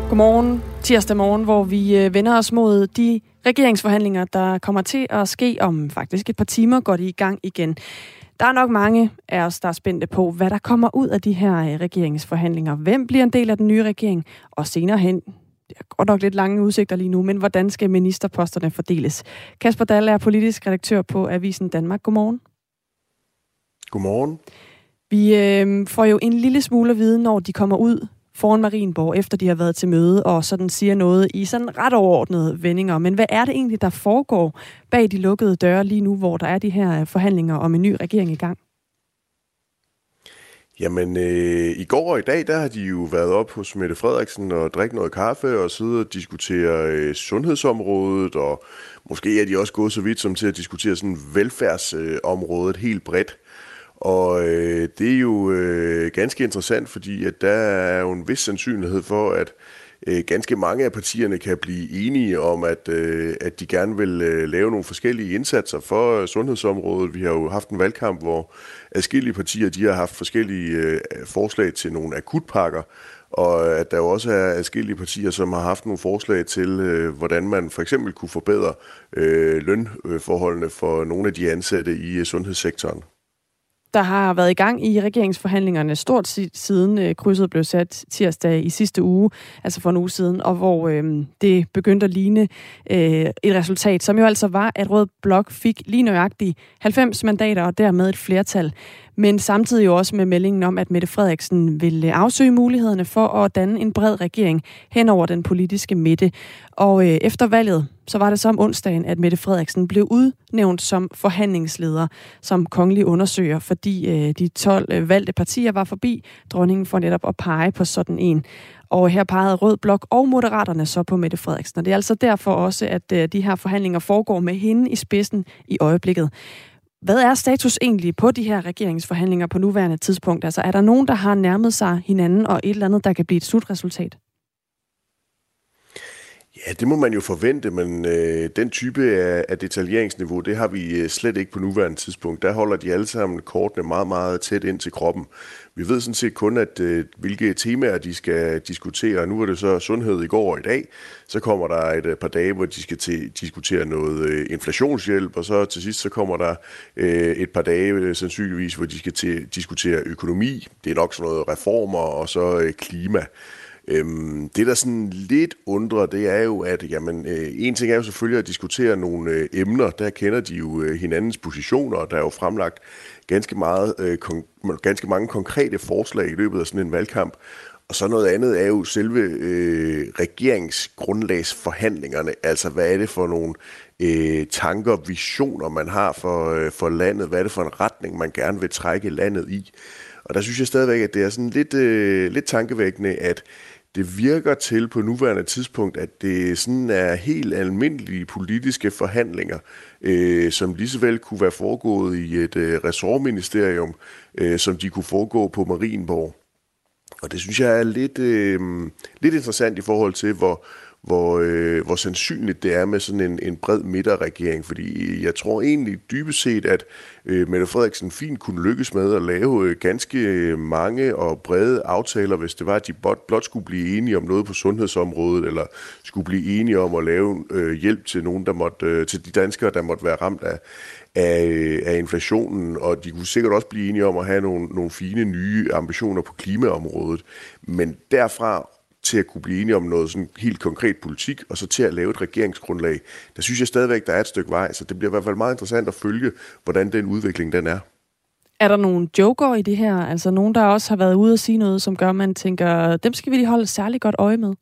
Godmorgen, tirsdag morgen, hvor vi vender os mod de regeringsforhandlinger, der kommer til at ske om faktisk et par timer, går de i gang igen. Der er nok mange af os, der er spændte på, hvad der kommer ud af de her regeringsforhandlinger. Hvem bliver en del af den nye regering? Og senere hen, det er godt nok lidt lange udsigter lige nu, men hvordan skal ministerposterne fordeles? Kasper Dahl er politisk redaktør på Avisen Danmark. Godmorgen. Godmorgen. Vi får jo en lille smule at vide, når de kommer ud foran Marienborg, efter de har været til møde, og sådan siger noget i sådan ret overordnede vendinger. Men hvad er det egentlig, der foregår bag de lukkede døre lige nu, hvor der er de her forhandlinger om en ny regering i gang? Jamen, i går og i dag, der har de jo været op hos Mette Frederiksen og drikke noget kaffe og sidde og diskutere sundhedsområdet, og måske er de også gået så vidt som til at diskutere sådan velfærdsområdet helt bredt. Og det er jo ganske interessant, fordi at der er jo en vis sandsynlighed for, at ganske mange af partierne kan blive enige om, at de gerne vil lave nogle forskellige indsatser for sundhedsområdet. Vi har jo haft en valgkamp, hvor adskillige partier de har haft forskellige forslag til nogle akutpakker, og at der jo også er adskillige partier, som har haft nogle forslag til, hvordan man for eksempel kunne forbedre lønforholdene for nogle af de ansatte i sundhedssektoren. Der har været i gang i regeringsforhandlingerne stort set siden krydset blev sat tirsdag i sidste uge, altså for en uge siden, og hvor det begyndte at ligne et resultat, som jo altså var, at Rød Blok fik lige nøjagtigt 90 mandater og dermed et flertal. Men samtidig jo også med meldingen om, at Mette Frederiksen ville afsøge mulighederne for at danne en bred regering hen over den politiske midte. Og efter valget, så var det så om onsdagen, at Mette Frederiksen blev udnævnt som forhandlingsleder, som kongelig undersøger, fordi de 12 valgte partier var forbi dronningen for netop at pege på sådan en. Og her pegede Rød Blok og Moderaterne så på Mette Frederiksen. Og det er altså derfor også, at de her forhandlinger foregår med hende i spidsen i øjeblikket. Hvad er status egentlig på de her regeringsforhandlinger på nuværende tidspunkt? Altså er der nogen, der har nærmet sig hinanden, og et eller andet, der kan blive et slutresultat? Ja, det må man jo forvente, men den type af detaljeringsniveau, det har vi slet ikke på nuværende tidspunkt. Der holder de alle sammen kortene meget, meget tæt ind til kroppen. Vi ved sådan set kun, at hvilke temaer de skal diskutere. Nu er det så sundhed i går og i dag. Så kommer der et par dage, hvor de skal diskutere noget inflationshjælp, og så til sidst så kommer der et par dage sandsynligvis, hvor de skal diskutere økonomi. Det er nok sådan noget reformer og så klima. Det, der sådan lidt undrer, det er jo, at en ting er jo selvfølgelig at diskutere nogle emner. Der kender de jo hinandens positioner, og der er jo fremlagt ganske mange konkrete forslag i løbet af sådan en valgkamp. Og så noget andet er jo selve regeringsgrundlagsforhandlingerne. Altså, hvad er det for nogle tanker, visioner, man har for landet? Hvad er det for en retning, man gerne vil trække landet i? Og der synes jeg stadigvæk, at det er sådan lidt tankevækkende, at det virker til på nuværende tidspunkt, at det sådan er helt almindelige politiske forhandlinger, som lige så vel kunne være foregået i et ressortministerium, som de kunne foregå på Marienborg. Og det synes jeg er lidt interessant i forhold til, hvor sandsynligt det er med sådan en bred midterregering, fordi jeg tror egentlig dybest set, at Mette Frederiksen fint kunne lykkes med at lave ganske mange og brede aftaler, hvis det var, at de blot skulle blive enige om noget på sundhedsområdet, eller skulle blive enige om at lave hjælp til nogen, til de danskere, der måtte være ramt af inflationen, og de kunne sikkert også blive enige om at have nogle fine nye ambitioner på klimaområdet. Men derfra til at kunne blive enige om noget sådan helt konkret politik, og så til at lave et regeringsgrundlag, der synes jeg stadigvæk, der er et stykke vej, så det bliver i hvert fald meget interessant at følge, hvordan den udvikling den er. Er der nogle joker i det her? Altså nogen, der også har været ude og sige noget, som gør, at man tænker, dem skal vi lige holde særlig godt øje med?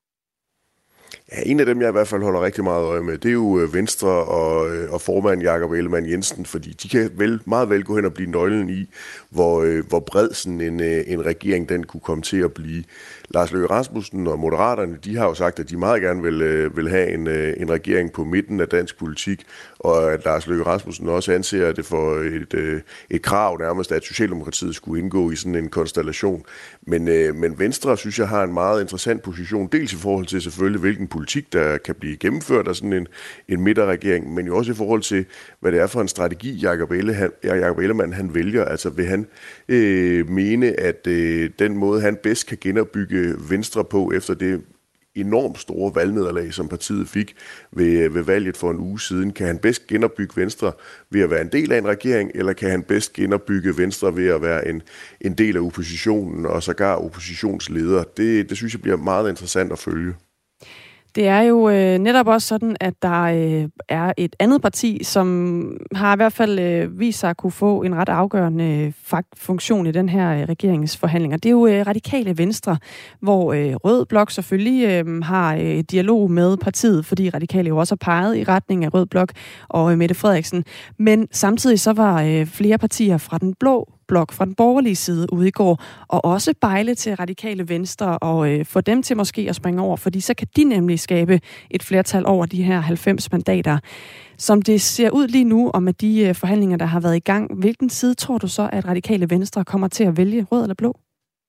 Ja, en af dem, jeg i hvert fald holder rigtig meget øje med, det er jo Venstre og formand Jakob Ellemann-Jensen, fordi de kan meget vel gå hen og blive nøglen i, hvor bred sådan en regering den kunne komme til at blive. Lars Løkke Rasmussen og Moderaterne, de har jo sagt, at de meget gerne vil have en regering på midten af dansk politik, og at Lars Løkke Rasmussen også anser det for et krav nærmest, at Socialdemokratiet skulle indgå i sådan en konstellation. Men Venstre, synes jeg, har en meget interessant position, dels i forhold til selvfølgelig, hvilken politik, der kan blive gennemført af sådan en midterregering, men jo også i forhold til, hvad det er for en strategi, Jakob Ellemann han vælger. Altså vil han mene, at den måde, han bedst kan genopbygge Venstre på, efter det enormt store valgnederlag, som partiet fik ved valget for en uge siden. Kan han bedst genopbygge Venstre ved at være en del af en regering, eller kan han bedst genopbygge Venstre ved at være en del af oppositionen og sågar oppositionsleder? Det synes jeg bliver meget interessant at følge. Det er jo netop også sådan, at der er et andet parti, som har i hvert fald vist sig at kunne få en ret afgørende funktion i den her regeringsforhandlinger. Det er jo Radikale Venstre, hvor Rød Blok selvfølgelig har dialog med partiet, fordi Radikale jo også har peget i retning af Rød Blok og Mette Frederiksen. Men samtidig så var flere partier fra den blå blok, fra den borgerlige side ude i går, og også bejle til Radikale Venstre og få dem til måske at springe over, fordi så kan de nemlig skabe et flertal over de her 90 mandater. Som det ser ud lige nu, og med de forhandlinger, der har været i gang, hvilken side tror du så, at Radikale Venstre kommer til at vælge, rød eller blå?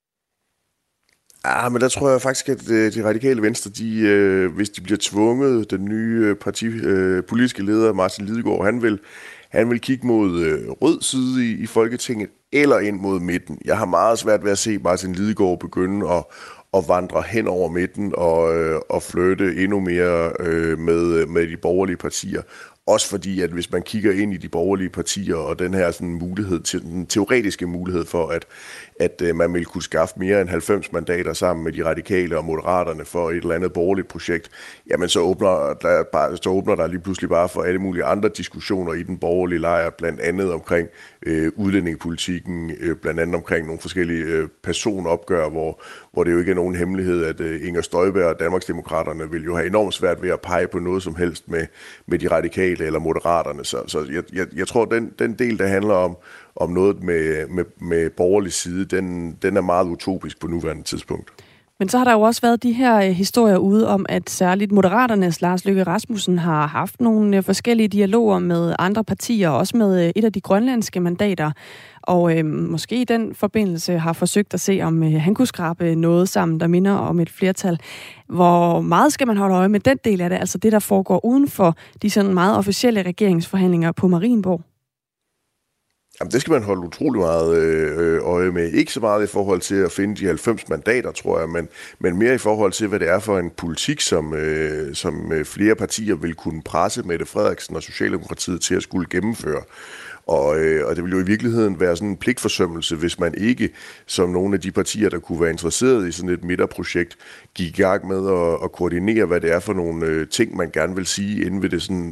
Men der tror jeg faktisk, at de Radikale Venstre, hvis de bliver tvunget, den nye politiske leder, Martin Lidegaard, han vil kigge mod rød side i Folketinget, eller ind mod midten. Jeg har meget svært ved at se Martin Lidegaard begynde at vandre hen over midten og flytte endnu mere med de borgerlige partier. Også fordi, at hvis man kigger ind i de borgerlige partier og den her sådan mulighed, den teoretiske mulighed for, at man vil kunne skaffe mere end 90 mandater sammen med de radikale og moderaterne for et eller andet borgerligt projekt, jamen så åbner der lige pludselig bare for alle mulige andre diskussioner i den borgerlige lejr, blandt andet omkring udlændingepolitikken, blandt andet omkring nogle forskellige personopgør, hvor det jo ikke er nogen hemmelighed, at Inger Støjberg og Danmarksdemokraterne vil jo have enormt svært ved at pege på noget som helst med de radikale eller moderaterne. Så jeg tror, den del, der handler om noget med borgerlig side, den er meget utopisk på nuværende tidspunkt. Men så har der jo også været de her historier ude om, at særligt Moderaternes Lars Løkke Rasmussen har haft nogle forskellige dialoger med andre partier, også med et af de grønlandske mandater, og måske i den forbindelse har forsøgt at se, om han kunne skrabe noget sammen, der minder om et flertal. Hvor meget skal man holde øje med den del af det, altså det, der foregår uden for de sådan meget officielle regeringsforhandlinger på Marienborg? Jamen, det skal man holde utrolig meget øje med. Ikke så meget i forhold til at finde de 90 mandater, tror jeg, men mere i forhold til, hvad det er for en politik, som flere partier vil kunne presse Mette Frederiksen og Socialdemokratiet til at skulle gennemføre. Og det vil jo i virkeligheden være sådan en pligtforsømmelse, hvis man ikke, som nogle af de partier, der kunne være interesseret i sådan et midterprojekt, gik i gang med at koordinere, hvad det er for nogle ting, man gerne vil sige inden ved det sådan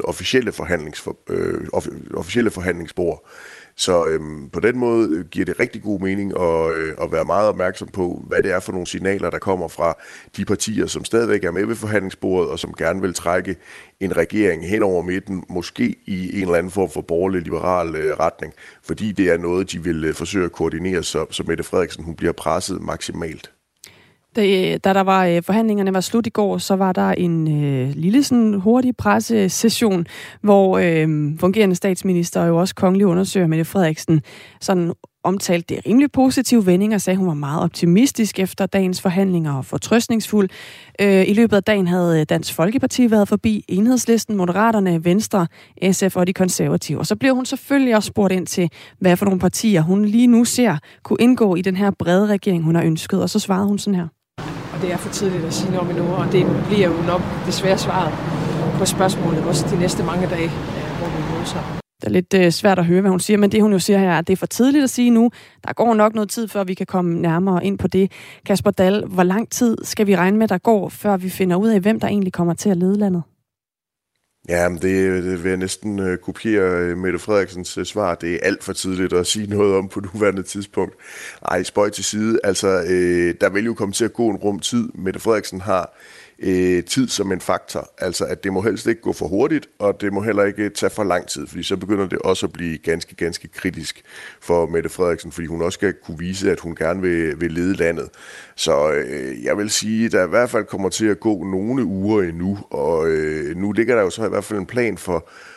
officielle forhandlingsbord. Så på den måde giver det rigtig god mening at være meget opmærksom på, hvad det er for nogle signaler, der kommer fra de partier, som stadigvæk er med ved forhandlingsbordet, og som gerne vil trække en regering hen over midten, måske i en eller anden form for borgerlig-liberal retning, fordi det er noget, de vil forsøge at koordinere, så Mette Frederiksen hun bliver presset maksimalt. Da forhandlingerne var slut i går, så var der en lille sådan hurtig pressesession, hvor fungerende statsminister og jo også kongelig undersøger Mette Frederiksen sådan omtalte det rimelig positive vendinger, sagde hun var meget optimistisk efter dagens forhandlinger og fortrøstningsfuld. I løbet af dagen havde Dansk Folkeparti været forbi, Enhedslisten, Moderaterne, Venstre, SF og de konservative. Og så blev hun selvfølgelig også spurgt ind til, hvad for nogle partier hun lige nu ser kunne indgå i den her brede regering, hun har ønsket. Og så svarede hun sådan her. Og det er for tidligt at sige noget om endnu, og det bliver jo nok desværre svaret på spørgsmålet også de næste mange dage, hvor vi mødes her. Det er lidt svært at høre, hvad hun siger, men det hun jo siger her, at det er for tidligt at sige nu. Der går nok noget tid, før vi kan komme nærmere ind på det. Kasper Dahl, hvor lang tid skal vi regne med, der går, før vi finder ud af, hvem der egentlig kommer til at lede landet? Ja, det vil jeg næsten kopiere Mette Frederiksens svar. Det er alt for tidligt at sige noget om på nuværende tidspunkt. Ej, spøj til side. Altså, der vil jo komme til at gå en rum tid. Mette Frederiksen har tid som en faktor. Altså, at det må helst ikke gå for hurtigt, og det må heller ikke tage for lang tid, fordi så begynder det også at blive ganske, ganske kritisk for Mette Frederiksen, fordi hun også skal kunne vise, at hun gerne vil lede landet. Så jeg vil sige, at der i hvert fald kommer til at gå nogle uger endnu, og nu ligger der jo så i hvert fald en plan for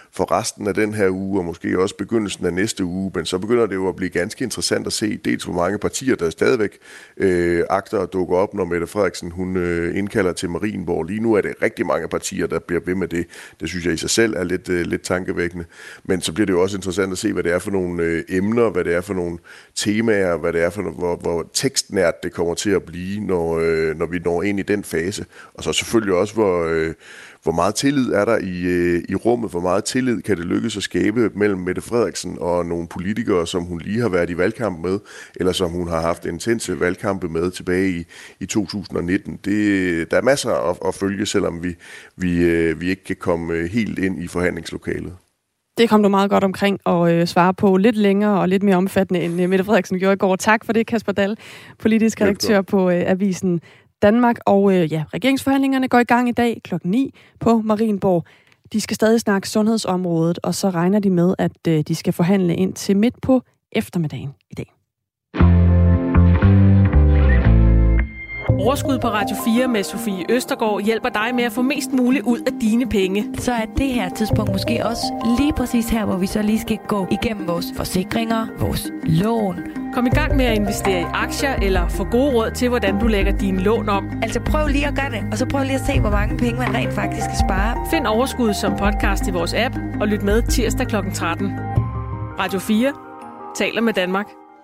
for resten af den her uge, og måske også begyndelsen af næste uge, men så begynder det jo at blive ganske interessant at se, dels hvor mange partier, der stadigvæk agter at dukke op, når Mette Frederiksen hun indkalder til Marienborg. Lige nu er det rigtig mange partier, der bliver ved med det. Det synes jeg i sig selv er lidt tankevækkende. Men så bliver det jo også interessant at se, hvad det er for nogle emner, hvad det er for nogle temaer, hvad det er for hvor tekstnært det kommer til at blive, når vi når ind i den fase. Og så selvfølgelig også, hvor meget tillid er der i rummet, hvor meget tillid kan det lykkes at skabe mellem Mette Frederiksen og nogle politikere, som hun lige har været i valgkamp med, eller som hun har haft intense valgkampe med tilbage i 2019. Der er masser at følge, selvom vi ikke kan komme helt ind i forhandlingslokalet. Det kom du meget godt omkring og svare på lidt længere og lidt mere omfattende, end Mette Frederiksen gjorde i går. Tak for det, Kasper Dahl, politisk redaktør på Avisen Danmark. Og regeringsforhandlingerne går i gang i dag kl. 9 på Marienborg. De skal stadig snakke sundhedsområdet, og så regner de med, at de skal forhandle ind til midt på eftermiddagen i dag. Overskud på Radio 4 med Sofie Østergaard hjælper dig med at få mest muligt ud af dine penge. Så er det her tidspunkt måske også lige præcis her, hvor vi så lige skal gå igennem vores forsikringer, vores lån. Kom i gang med at investere i aktier eller få gode råd til, hvordan du lægger dine lån om. Altså prøv lige at gøre det, og så prøv lige at se, hvor mange penge man rent faktisk skal spare. Find Overskud som podcast i vores app og lyt med tirsdag kl. 13. Radio 4 taler med Danmark.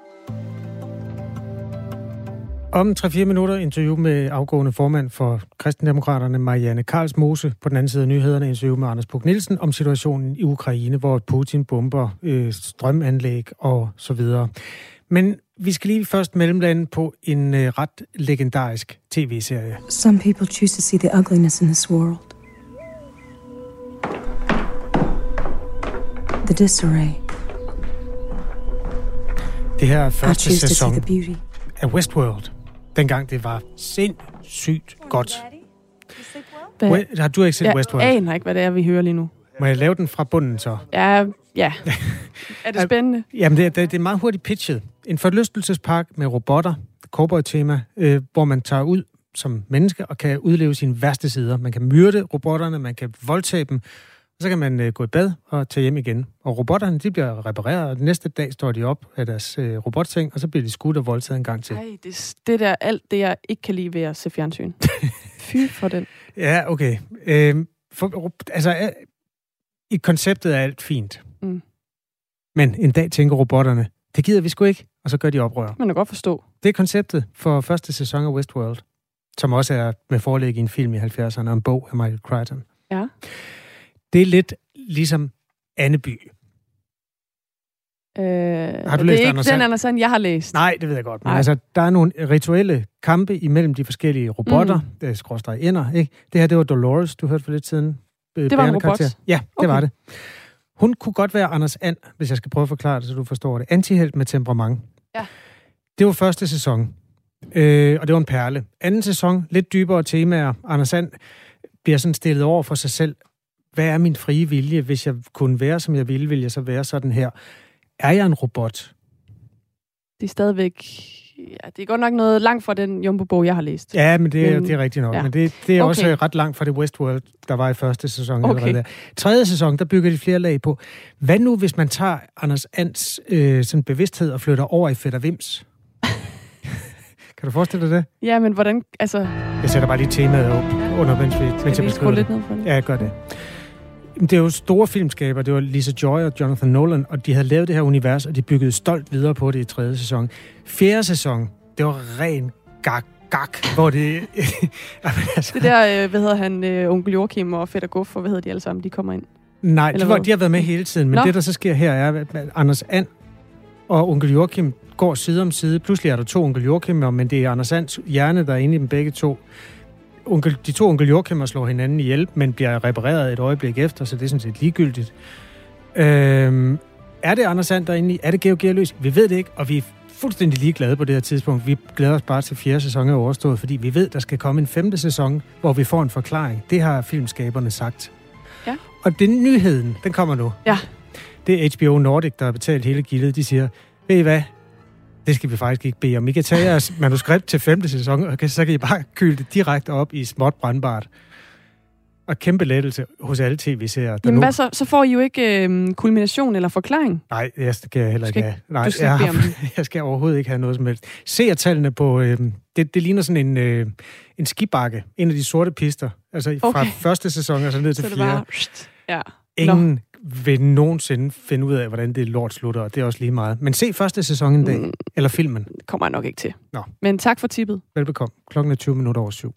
Om 3-4 minutter interview med afgående formand for Kristendemokraterne, Marianne Karlsmose. På den anden side af nyhederne interview med Anders Fogh Nielsen om situationen i Ukraine, hvor Putin bomber strømanlæg og så videre. Men vi skal lige først mellemlande på en ret legendarisk tv-serie. Some people choose to see the ugliness in this world. The disarray. Det her er første sæson af Westworld. Dengang det var sindssygt godt. Har du ikke set Westworld? Jeg aner ikke, hvad det er, vi hører lige nu. Må jeg lave den fra bunden så? Ja. Er det spændende? Jamen, det er meget hurtigt pitchet. En forlystelsespark med robotter, cowboy-tema, hvor man tager ud som menneske og kan udleve sine værste sider. Man kan myrde robotterne, man kan voldtage dem, og så kan man gå i bad og tage hjem igen. Og robotterne, de bliver repareret, og den næste dag står de op af deres robotseng, og så bliver de skudt og voldtaget en gang til. Nej, det der alt det, jeg ikke kan lide ved at se fjernsyn. Fy for den. Ja, okay. I konceptet er alt fint. Mm. Men en dag tænker robotterne, det gider vi sgu ikke, og så gør de oprør. Man kan godt forstå. Det er konceptet for første sæson af Westworld, som også er med forlæg i en film i 70'erne, og en bog af Michael Crichton. Ja. Det er lidt ligesom Anneby. Har du læst det er ikke den Anders And, jeg har læst. Nej, det ved jeg godt. Men altså, der er nogle rituelle kampe imellem de forskellige robotter, skråstreg ender, ikke? Det her, det var Dolores, du hørte for lidt siden. Det var en robot? Ja, det var det. Hun kunne godt være Anders And, hvis jeg skal prøve at forklare det, så du forstår det. Antihelt med temperament. Ja. Det var første sæson, og det var en perle. Anden sæson, lidt dybere temaer. Anders And bliver sådan stillet over for sig selv. Hvad er min frie vilje? Hvis jeg kunne være, som jeg ville jeg så være sådan her. Er jeg en robot? Det er stadigvæk... Ja, det er godt nok noget langt fra den Jumbo-bog, jeg har læst. Ja, men det er rigtigt nok. Ja. Men det er også ret langt fra det Westworld, der var i første sæson. Okay. Tredje sæson, der bygger de flere lag på. Hvad nu, hvis man tager Anders Ands sådan bevidsthed og flytter over i Fætter Vims? Kan du forestille dig det? Ja, men hvordan... Altså... Jeg sætter bare lige temaet op under, mens jeg beskriver lidt ned for det? Ja, jeg gør det. Det er jo store filmskaber. Det var Lisa Joy og Jonathan Nolan, og de havde lavet det her univers, og de byggede stolt videre på det i tredje sæson. Fjerde sæson, det var ren gak, hvor det... altså... Det der, hvad hedder han, onkel Joachim og Fætter Guf, og hvad hedder de alle sammen, de kommer ind? Nej, de har været med hele tiden, men det, der så sker her, er, at Anders And og onkel Joachim går side om side. Pludselig er der to onkel Joachim'er, men det er Anders Ands hjerne, der er inde i dem begge to. De to onkel Joachim'er slår hinanden ihjel, men bliver repareret et øjeblik efter, så det er sådan set ligegyldigt. Er det Anders And derinde i? Er det Georg Gearløs? Vi ved det ikke, og vi er fuldstændig ligeglade på det her tidspunkt. Vi glæder os bare til 4. sæson er overstået, fordi vi ved, der skal komme en 5. sæson, hvor vi får en forklaring. Det har filmskaberne sagt. Ja. Og den nyheden, den kommer nu. Ja. Det er HBO Nordic, der har betalt hele gildet. De siger, ved I hvad? Det skal vi faktisk ikke bede om. I kan tage jeres manuskript til 5. sæson, og så kan I bare køle det direkte op i småt brandbart. Og kæmpe lettelse hos alle tv-serier. Jamen hvad så får I jo ikke kulmination eller forklaring? Nej, det skal jeg heller ikke have. Nej, jeg skal overhovedet ikke have noget som helst. Seertallene på... Det ligner sådan en skibakke. En af de sorte pister. Altså fra første sæson og så ned til 4. Ja. Ingen vil nogensinde finde ud af, hvordan det lort slutter, og det er også lige meget. Men se første sæson en dag. Eller filmen. Det kommer jeg nok ikke til. Nå. Men tak for tippet. Velbekomme. Klokken er 7:20.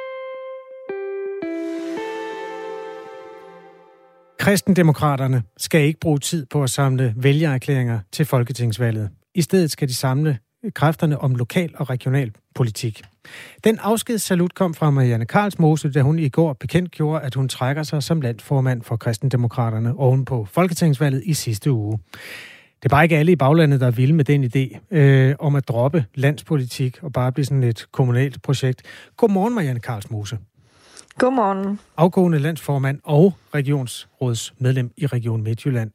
Kristendemokraterne skal ikke bruge tid på at samle vælgererklæringer til folketingsvalget. I stedet skal de samle kræfterne om lokal og regional politik. Den afskedssalut kom fra Marianne Karlsmose, da hun i går bekendtgjorde, at hun trækker sig som landsformand for Kristendemokraterne oven på folketingsvalget i sidste uge. Det er bare ikke alle i baglandet, der er vilde med den idé om at droppe landspolitik og bare blive sådan et kommunalt projekt. Godmorgen, Marianne Karlsmose. Godmorgen. Afgående landsformand og regionsrådsmedlem i Region Midtjylland.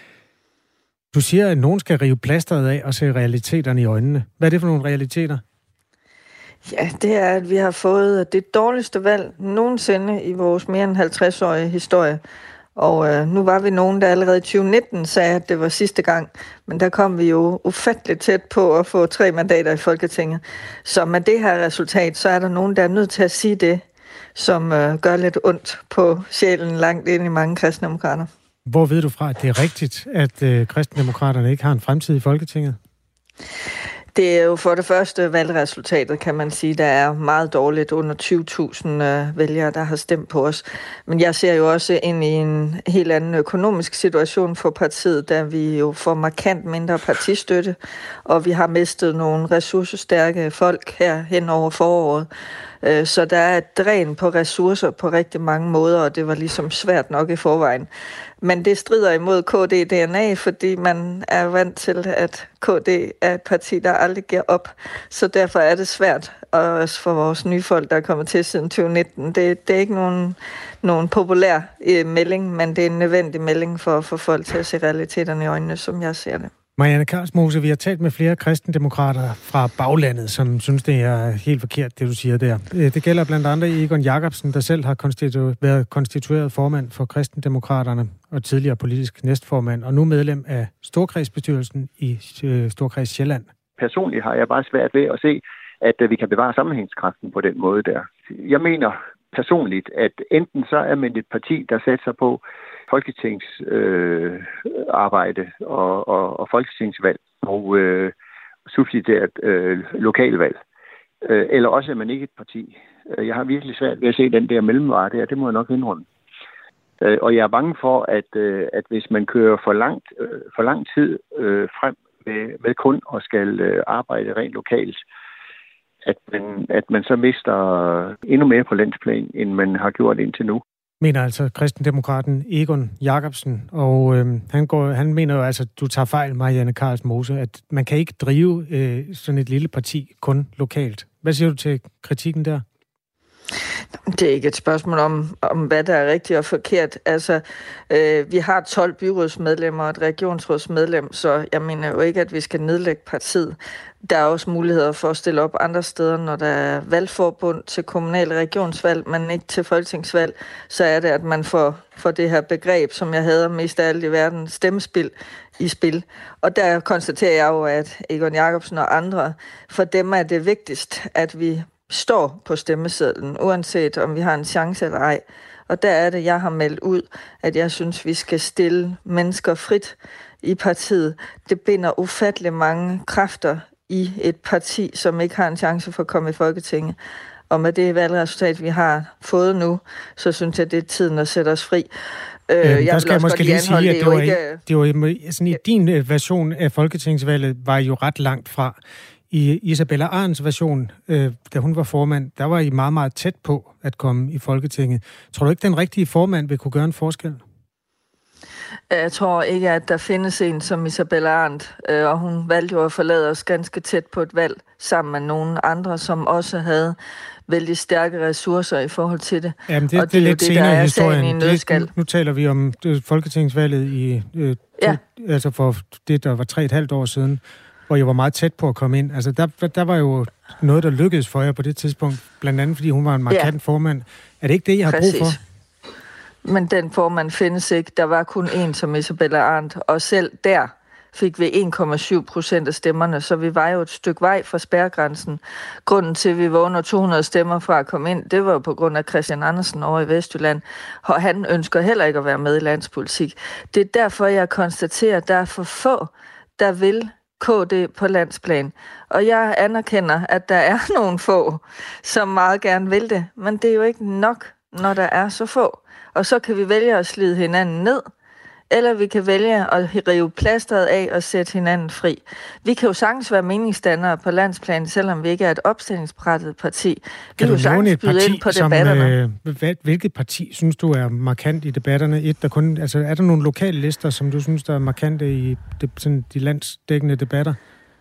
Du siger, at nogen skal rive plasteret af og se realiteterne i øjnene. Hvad er det for nogle realiteter? Ja, det er, at vi har fået det dårligste valg nogensinde i vores mere end 50-årige historie. Og nu var vi nogen, der allerede i 2019 sagde, at det var sidste gang. Men der kom vi jo ufatteligt tæt på at få 3 mandater i Folketinget. Så med det her resultat, så er der nogen, der er nødt til at sige det, som gør lidt ondt på sjælen langt ind i mange kristendemokrater. Hvor ved du fra, at det er rigtigt, at kristendemokraterne ikke har en fremtid i Folketinget? Det er jo for det første valgresultatet, kan man sige, der er meget dårligt. Under 20.000 vælgere, der har stemt på os. Men jeg ser jo også ind i en helt anden økonomisk situation for partiet, da vi jo får markant mindre partistøtte, og vi har mistet nogle ressourcestærke folk her hen over foråret. Så der er et dræn på ressourcer på rigtig mange måder, og det var ligesom svært nok i forvejen. Men det strider imod KD-DNA, fordi man er vant til, at KD er et parti, der aldrig giver op. Så derfor er det svært, også for vores nye folk, der er kommet til siden 2019. Det er ikke nogen populær melding, men det er en nødvendig melding for at få folk til at se realiteterne i øjnene, som jeg ser det. Marianne Karlsmose, vi har talt med flere kristendemokrater fra baglandet, som synes, det er helt forkert, det du siger der. Det gælder blandt andre Egon Jacobsen, der selv har været konstitueret formand for Kristendemokraterne og tidligere politisk næstformand, og nu medlem af Storkredsbestyrelsen i Storkreds Sjælland. Personligt har jeg bare svært ved at se, at vi kan bevare sammenhængskraften på den måde der. Jeg mener personligt, at enten så er man et parti, der sætter sig på folketingsarbejde og folketingsvalg og subsidiært lokalvalg. Eller også er man ikke et parti. Jeg har virkelig svært ved at se den der mellemvare der, det må jeg nok indrømme. Og jeg er bange for, at hvis man kører for lang tid frem med kun og skal arbejde rent lokalt, at man så mister endnu mere på landsplan, end man har gjort indtil nu. Mener altså kristendemokraten Egon Jacobsen, og han mener jo altså, at du tager fejl, Marianne Karlsmose, at man kan ikke drive sådan et lille parti kun lokalt. Hvad siger du til kritikken der? Det er ikke et spørgsmål om hvad der er rigtigt og forkert. Altså, vi har 12 byrådsmedlemmer og et regionsrådsmedlem, så jeg mener jo ikke, at vi skal nedlægge partiet. Der er også muligheder for at stille op andre steder, når der er valgforbund til kommunale regionsvalg, men ikke til folketingsvalg. Så er det, at man får det her begreb, som jeg hader mest af alt i verden, stemmespil i spil. Og der konstaterer jeg jo, at Egon Jacobsen og andre, for dem er det vigtigst, at vi står på stemmesedlen, uanset om vi har en chance eller ej. Og der er det, jeg har meldt ud, at jeg synes, vi skal stille mennesker frit i partiet. Det binder ufattelig mange kræfter i et parti, som ikke har en chance for at komme i Folketinget. Og med det valgresultat, vi har fået nu, så synes jeg, det er tiden at sætte os fri. Der skal jeg måske lige sige, at det var sådan i din version af folketingsvalget var jo ret langt fra. I Isabella Arendts version, da hun var formand, der var I meget, meget tæt på at komme i Folketinget. Tror du ikke, den rigtige formand vil kunne gøre en forskel? Jeg tror ikke, at der findes en som Isabella Arendt, og hun valgte jo at forlade os ganske tæt på et valg sammen med nogle andre, som også havde vældig stærke ressourcer i forhold til det. Jamen, det er det lidt senere i historien. I nu taler vi om folketingsvalget i altså for det, der var 3,5 år siden, hvor jeg var meget tæt på at komme ind. Altså, der var jo noget, der lykkedes for jer på det tidspunkt, blandt andet, fordi hun var en markant formand. Er det ikke det, jeg har brug for? Men den formand findes ikke. Der var kun én som Isabella Arendt, og selv der fik vi 1,7% af stemmerne, så vi var jo et stykke vej fra spærregrænsen. Grunden til, at vi var under 200 stemmer fra at komme ind, det var på grund af Christian Andersen over i Vestjylland, og han ønsker heller ikke at være med i landspolitik. Det er derfor, jeg konstaterer, at der er for få, der vil KD på landsplan. Og jeg anerkender, at der er nogle få, som meget gerne vil det, men det er jo ikke nok, når der er så få. Og så kan vi vælge at slide hinanden ned, eller vi kan vælge at rive plasteret af og sætte hinanden fri. Vi kan jo sagtens være meningsdannere på landsplan, selvom vi ikke er et opstillingsberettiget parti. Kan du nævne et parti, på debatterne. Hvilket parti synes du er markant i debatterne? Er der nogle lokale lister, som du synes, der er markante i de landsdækkende debatter?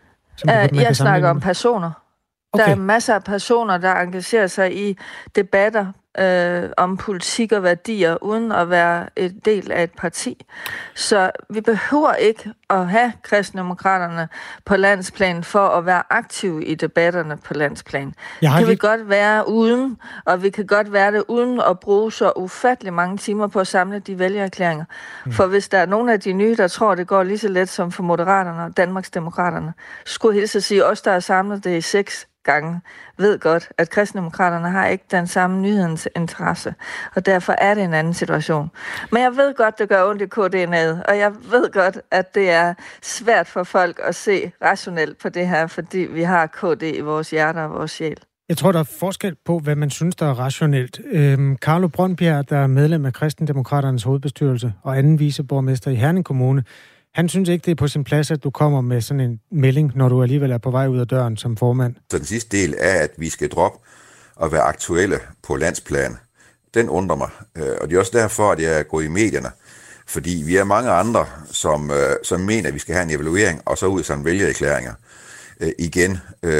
Jeg snakker om personer. Okay. Der er masser af personer, der engagerer sig i debatter om politik og værdier, uden at være et del af et parti. Så vi behøver ikke at have Kristendemokraterne på landsplan for at være aktive i debatterne på landsplan. Vi godt være uden, og vi kan godt være det uden at bruge så ufattelig mange timer på at samle de vælgererklæringer. For hvis der er nogle af de nye, der tror, det går lige så let som for Moderaterne og Danmarksdemokraterne, skulle hilse at sige, os der har samlet det i 6 gange, ved godt, at Kristendemokraterne har ikke den samme nyhedens interesse, og derfor er det en anden situation. Men jeg ved godt, det gør ondt i KD-nædet, og jeg ved godt, at det er svært for folk at se rationelt på det her, fordi vi har KD i vores hjerter og vores sjæl. Jeg tror, der er forskel på, hvad man synes, der er rationelt. Carlo Brøndbjerg, der er medlem af Kristendemokraternes hovedbestyrelse og anden viceborgmester i Herning Kommune, han synes ikke, det er på sin plads, at du kommer med sådan en melding, når du alligevel er på vej ud af døren som formand. Så den sidste del er, at vi skal droppe og være aktuelle på landsplan. Den undrer mig. Og det er også derfor, at jeg er gået i medierne. Fordi vi er mange andre, som mener, at vi skal have en evaluering, og så ud som vælgererklæringer igen.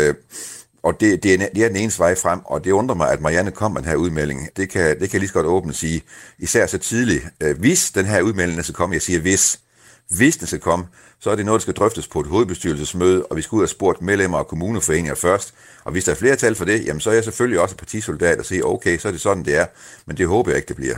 Og det er den eneste vej frem, og det undrer mig, at Marianne kom med den her udmelding. Det kan lige så godt åbent sige, især så tidligt. Hvis den her udmelding skal komme, jeg siger hvis den skal komme, så er det noget, der skal drøftes på et hovedbestyrelsesmøde, og vi skal ud og spurgt medlemmer og kommuneforeninger først. Og hvis der er flertal for det, jamen så er jeg selvfølgelig også partisoldat og siger, okay, så er det sådan, det er. Men det håber jeg ikke, det bliver.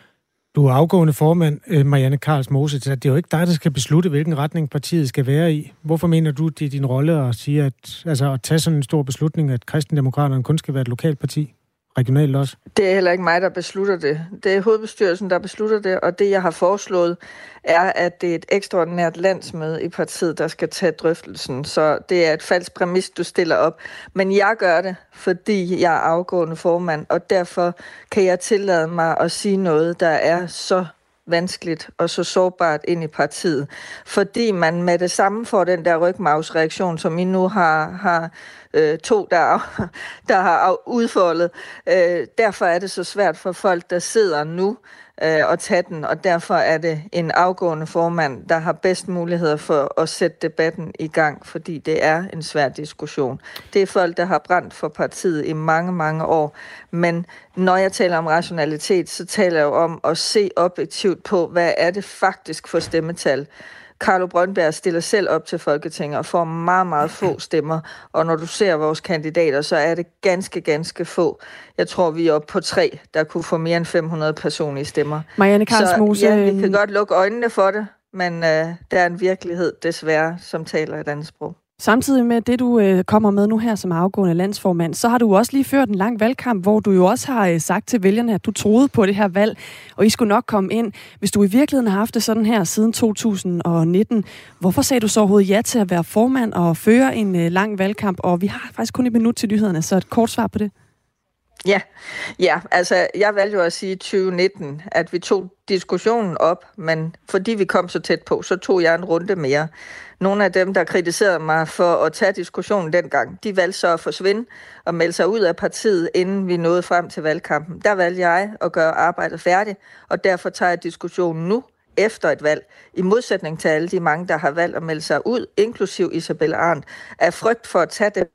Du er afgående formand, Marianne Karlsmose. Det er jo ikke dig, der skal beslutte, hvilken retning partiet skal være i. Hvorfor mener du, det er din rolle at sige, at tage sådan en stor beslutning, at Kristendemokraterne kun skal være et lokalt parti? Regionalt også? Det er heller ikke mig, der beslutter det. Det er hovedbestyrelsen, der beslutter det, og det, jeg har foreslået, er, at det er et ekstraordinært landsmøde i partiet, der skal tage drøftelsen. Så det er et falsk præmis, du stiller op. Men jeg gør det, fordi jeg er afgående formand, og derfor kan jeg tillade mig at sige noget, der er så vanskeligt og så sårbart ind i partiet. Fordi man med det samme får den der rygmarvsreaktion, som I nu har to, der har udfoldet. Derfor er det så svært for folk, der sidder nu at tage den, og derfor er det en afgående formand, der har bedst muligheder for at sætte debatten i gang, fordi det er en svær diskussion. Det er folk, der har brændt for partiet i mange, mange år, men når jeg taler om rationalitet, så taler jeg jo om at se objektivt på, hvad er det faktisk for stemmetal. Carlo Brøndbjerg stiller selv op til Folketinget og får meget, meget få stemmer. Og når du ser vores kandidater, så er det ganske, ganske få. Jeg tror, vi er oppe på 3, der kunne få mere end 500 personlige stemmer. Marianne Karlsmose. Så ja, vi kan godt lukke øjnene for det, men der er en virkelighed, desværre, som taler et andet sprog. Samtidig med det, du kommer med nu her som afgående landsformand, så har du også lige ført en lang valgkamp, hvor du jo også har sagt til vælgerne, at du troede på det her valg, og I skulle nok komme ind. Hvis du i virkeligheden har haft det sådan her siden 2019, hvorfor sagde du så overhovedet ja til at være formand og føre en lang valgkamp? Og vi har faktisk kun et minut til nyhederne, så et kort svar på det. Ja, altså jeg valgte jo at sige i 2019, at vi tog diskussionen op, men fordi vi kom så tæt på, så tog jeg en runde mere. Nogle af dem, der kritiserede mig for at tage diskussionen dengang, de valgte så at forsvinde og melde sig ud af partiet, inden vi nåede frem til valgkampen. Der valgte jeg at gøre arbejdet færdigt, og derfor tager jeg diskussionen nu efter et valg, i modsætning til alle de mange, der har valgt at melde sig ud, inklusiv Isabella Arendt, af frygt for at tage det.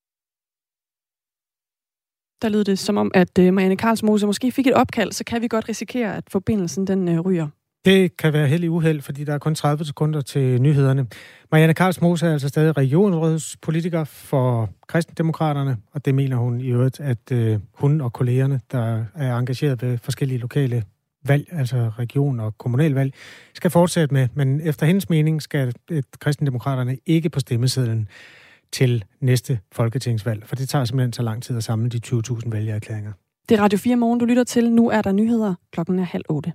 Der lyder det som om, at Marianne Karlsmose måske fik et opkald, så kan vi godt risikere, at forbindelsen den ryger. Det kan være heldig uheld, fordi der er kun 30 sekunder til nyhederne. Marianne Karlsmose er altså stadig regionsrådspolitiker for Kristendemokraterne, og det mener hun i øvrigt, at hun og kollegerne, der er engageret ved forskellige lokale valg, altså region- og kommunalvalg, skal fortsætte med. Men efter hendes mening skal Kristendemokraterne ikke på stemmesedlen til næste folketingsvalg, for det tager simpelthen så lang tid at samle de 20.000 vælgererklæringer. Det er Radio 4 Morgen, du lytter til. Nu er der nyheder. Klokken er 7:30.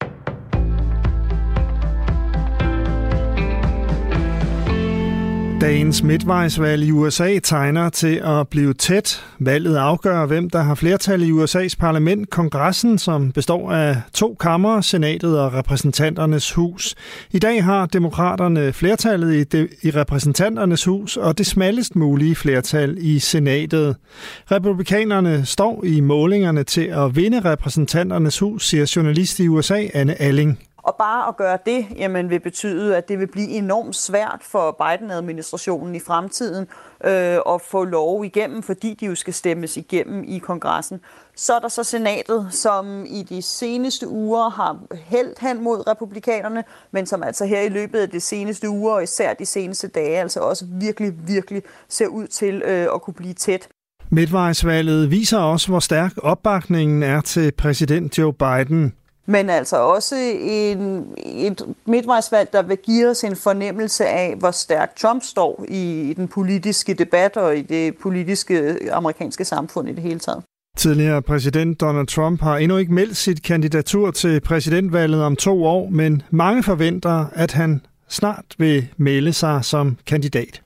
Dagens midtvejsvalg i USA tegner til at blive tæt. Valget afgør, hvem der har flertal i USA's parlament, kongressen, som består af 2 kamre, senatet og repræsentanternes hus. I dag har demokraterne flertallet i repræsentanternes hus og det smallest mulige flertal i senatet. Republikanerne står i målingerne til at vinde repræsentanternes hus, siger journalist i USA Anne Alling. Og bare at gøre det, jamen, vil betyde, at det vil blive enormt svært for Biden-administrationen i fremtiden at få lov igennem, fordi de jo skal stemmes igennem i kongressen. Så er der så senatet, som i de seneste uger har hældt hen mod republikanerne, men som altså her i løbet af de seneste uger, og især de seneste dage, altså også virkelig ser ud til at kunne blive tæt. Midtvejsvalget viser også, hvor stærk opbakningen er til præsident Joe Biden. Men altså også et midtvejsvalg, der vil give os en fornemmelse af, hvor stærkt Trump står i den politiske debat og i det politiske amerikanske samfund i det hele taget. Tidligere præsident Donald Trump har endnu ikke meldt sit kandidatur til præsidentvalget om 2 år, men mange forventer, at han snart vil melde sig som kandidat.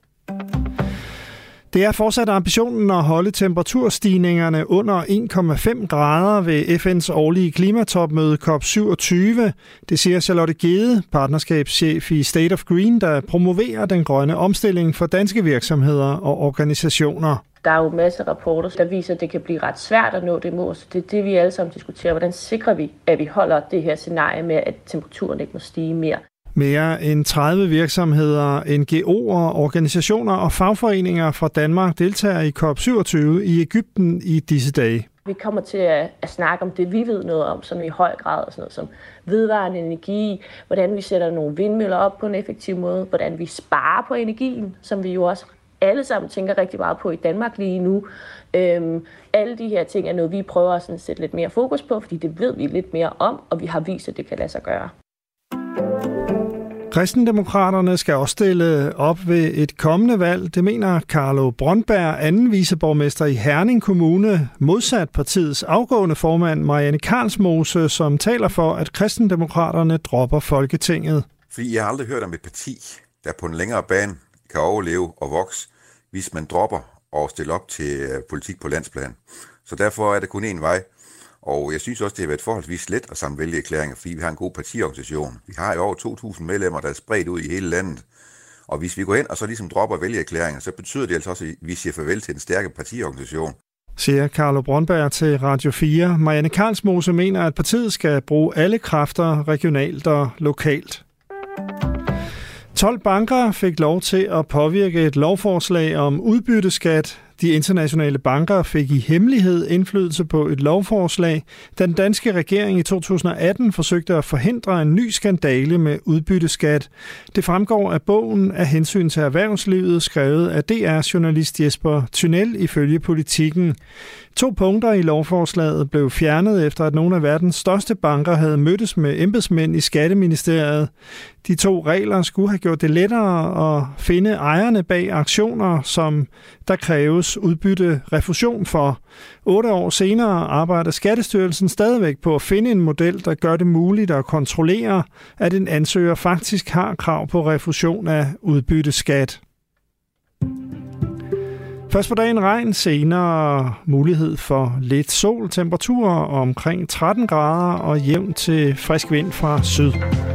Det er fortsat ambitionen at holde temperaturstigningerne under 1,5 grader ved FN's årlige klimatopmøde COP27. Det siger Charlotte Gede, partnerskabschef i State of Green, der promoverer den grønne omstilling for danske virksomheder og organisationer. Der er jo masser af rapporter, der viser, at det kan blive ret svært at nå det mål. Så det er det, vi alle sammen diskuterer. Hvordan sikrer vi, at vi holder det her scenarie med, at temperaturen ikke må stige mere? Mere end 30 virksomheder, NGO'er, organisationer og fagforeninger fra Danmark deltager i COP27 i Egypten i disse dage. Vi kommer til at snakke om det, vi ved noget om, som i høj grad sådan noget som vedvarende energi, hvordan vi sætter nogle vindmøller op på en effektiv måde, hvordan vi sparer på energien, som vi jo også alle sammen tænker rigtig meget på i Danmark lige nu. Alle de her ting er noget, vi prøver at sætte lidt mere fokus på, fordi det ved vi lidt mere om, og vi har vist, at det kan lade sig gøre. Kristendemokraterne skal også stille op ved et kommende valg. Det mener Carlo Brøndberg, anden viceborgmester i Herning Kommune, modsat partiets afgående formand Marianne Karlsmose, som taler for, at Kristendemokraterne dropper Folketinget. Fordi jeg har aldrig hørt om et parti, der på en længere bane kan overleve og vokse, hvis man dropper og stiller op til politik på landsplan. Så derfor er det kun én vej. Og jeg synes også, det har været forholdsvis let at samle vælgererklæringer, fordi vi har en god partiorganisation. Vi har jo over 2.000 medlemmer, der er spredt ud i hele landet. Og hvis vi går hen og så ligesom dropper vælgererklæringer, så betyder det altså også, at vi siger farvel til en stærke partiorganisation. Siger Carlo Brøndberg til Radio 4. Marianne Karlsmose mener, at partiet skal bruge alle kræfter regionalt og lokalt. 12 banker fik lov til at påvirke et lovforslag om udbytteskat. De internationale banker fik i hemmelighed indflydelse på et lovforslag, da den danske regering i 2018 forsøgte at forhindre en ny skandale med udbytteskat. Det fremgår af bogen af hensyn til erhvervslivet, skrevet af DR-journalist Jesper Thunel ifølge Politikken. 2 punkter i lovforslaget blev fjernet efter, at nogle af verdens største banker havde mødtes med embedsmænd i Skatteministeriet. De 2 regler skulle have gjort det lettere at finde ejerne bag aktioner, som der kræves udbytte refusion for. 8 år senere arbejder Skattestyrelsen stadigvæk på at finde en model, der gør det muligt at kontrollere, at en ansøger faktisk har krav på refusion af udbytteskat. Først på dagen regn, senere mulighed for lidt sol, temperaturer omkring 13 grader og jævn til frisk vind fra syd.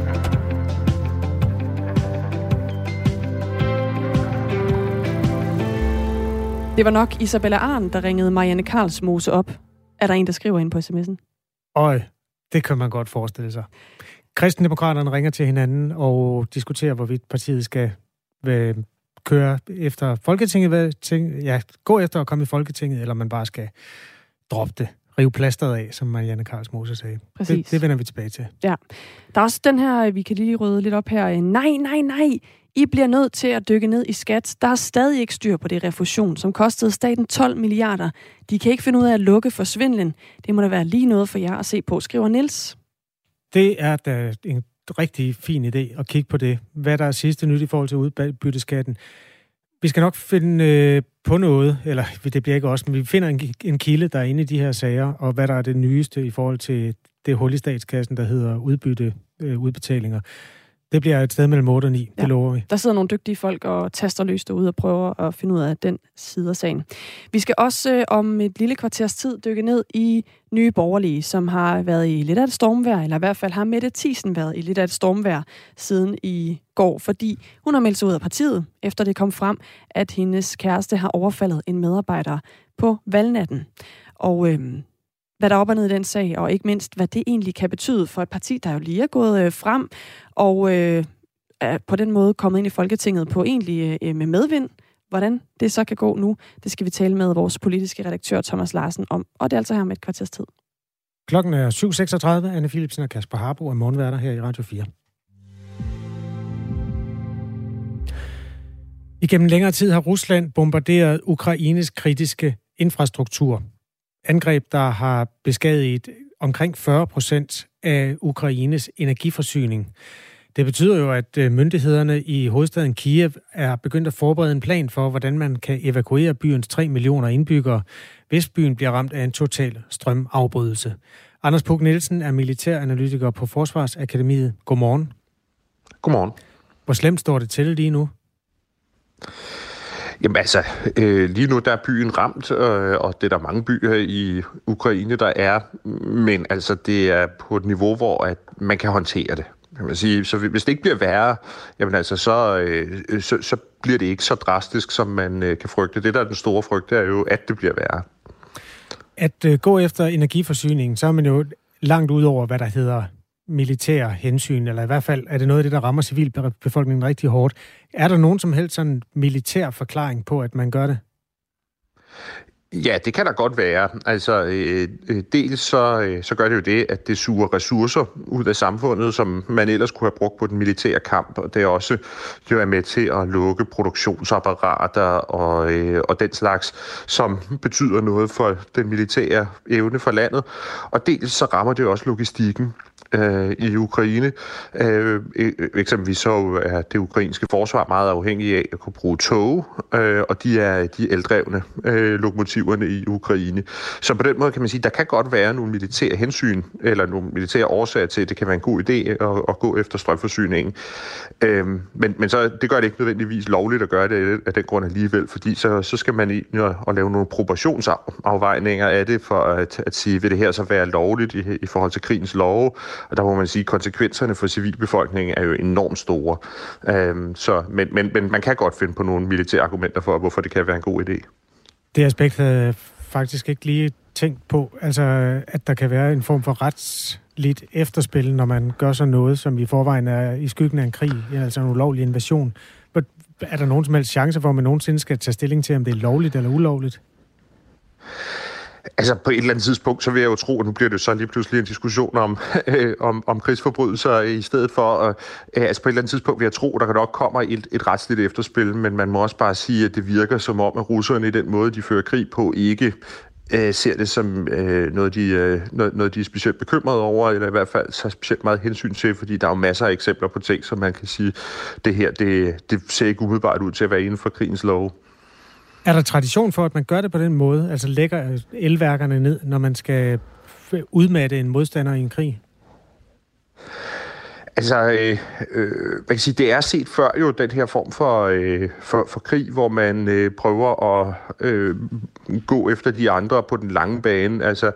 Det var nok Isabella Arndt, der ringede Marianne Karlsmose op. Er der en, der skriver ind på sms'en? Øj, det kan man godt forestille sig. Kristendemokraterne ringer til hinanden og diskuterer, hvorvidt partiet skal køre efter Folketinget, gå efter at komme i Folketinget, eller man bare skal droppe det, rive plasteret af, som Marianne Karlsmose sagde. Præcis. Det vender vi tilbage til. Ja. Der er også den her, vi kan lige rydde lidt op her. Nej. I bliver nødt til at dykke ned i skat. Der er stadig ikke styr på det refusion, som kostede staten 12 milliarder. De kan ikke finde ud af at lukke for svindlen. Det må da være lige noget for jer at se på, skriver Niels. Det er da en rigtig fin idé at kigge på det. Hvad der er sidste nyt i forhold til udbytteskatten. Vi skal nok finde på noget, eller det bliver ikke også, men vi finder en kilde, der er inde i de her sager, og hvad der er det nyeste i forhold til det hul i statskassen, der hedder udbetalinger. Det bliver et sted mellem 8 og 9, det lover vi. Der sidder nogle dygtige folk og taster løs derude og prøver at finde ud af den side af sagen. Vi skal også om et lille kvarters tid dykke ned i Nye Borgerlige, som har været i lidt af et stormvejr, eller i hvert fald har Mette Thiesen været i lidt af et stormvejr siden i går, fordi hun har meldt sig ud af partiet, efter det kom frem, at hendes kæreste har overfaldet en medarbejder på valgnatten. Og hvad der er op og ned i den sag, og ikke mindst, hvad det egentlig kan betyde for et parti, der jo lige er gået frem, og er på den måde kommet ind i Folketinget på egentlig med medvind. Hvordan det så kan gå nu, det skal vi tale med vores politiske redaktør Thomas Larsen om, og det er altså her med et kvarters tid. Klokken er 7.36. Anne Philipsen og Kasper Harbo er morgenværter her i Radio 4. Igennem længere tid har Rusland bombarderet Ukraines kritiske infrastruktur. Angreb, der har beskadiget omkring 40% af Ukraines energiforsyning. Det betyder jo, at myndighederne i hovedstaden Kiev er begyndt at forberede en plan for, hvordan man kan evakuere byens 3 millioner indbyggere, hvis byen bliver ramt af en total strømafbrydelse. Anders Puk Nielsen er militæranalytiker på Forsvarsakademiet. Godmorgen. Godmorgen. Hvor slemt står det til lige nu? Jamen altså, lige nu der er byen ramt, og det er der mange byer i Ukraine, der er. Men altså, det er på et niveau, hvor at man kan håndtere det. Kan man sige. Så hvis det ikke bliver værre, jamen altså, så bliver det ikke så drastisk, som man kan frygte. Det, der er den store frygt, det er jo, at det bliver værre. At gå efter energiforsyningen, så er man jo langt ud over, hvad der hedder militære hensyn, eller i hvert fald er det noget af det, der rammer civilbefolkningen rigtig hårdt. Er der nogen som helst sådan militær forklaring på, at man gør det? Ja, det kan der godt være. Altså, dels så gør det jo det, at det suger ressourcer ud af samfundet, som man ellers kunne have brugt på den militære kamp, og det er også jo er med til at lukke produktionsapparater og den slags, som betyder noget for den militære evne for landet. Og dels så rammer det jo også logistikken i Ukraine. Eksempelvis så er det ukrainske forsvar meget afhængig af at kunne bruge tog, og de er eldrevne lokomotiverne i Ukraine. Så på den måde kan man sige, der kan godt være nogle militære hensyn, eller nogle militære årsager til, at det kan være en god idé at gå efter strømforsyningen. Men så, det gør det ikke nødvendigvis lovligt at gøre det af den grund alligevel, fordi så skal man ind og lave nogle proportionsafvejninger af det, for at sige, vil det her så være lovligt i forhold til krigens love? Og der må man sige, at konsekvenserne for civilbefolkningen er jo enormt store. Men man kan godt finde på nogle militære argumenter for, hvorfor det kan være en god idé. Det aspekt havde jeg faktisk ikke lige tænkt på. Altså, at der kan være en form for retsligt efterspil, når man gør sådan noget, som i forvejen er i skyggen af en krig, altså en ulovlig invasion. Er der nogen som helst chance for, at man nogensinde skal tage stilling til, om det er lovligt eller ulovligt? Altså på et eller andet tidspunkt, så vil jeg jo tro, at nu bliver det så lige pludselig en diskussion om krigsforbrydelser i stedet for. Altså på et eller andet tidspunkt vil jeg tro, at der nok kommer et retsligt efterspil, men man må også bare sige, at det virker som om, at russerne i den måde, de fører krig på, ikke ser det som noget, de er specielt bekymrede over, eller i hvert fald så specielt meget hensyn til, fordi der er jo masser af eksempler på ting, som man kan sige, det her, det ser ikke umiddelbart ud til at være inden for krigens love. Er der tradition for, at man gør det på den måde? Altså lægger elværkerne ned, når man skal udmatte en modstander i en krig? Altså, man kan sige, det er set før jo den her form for krig, hvor man prøver at gå efter de andre på den lange bane. Altså,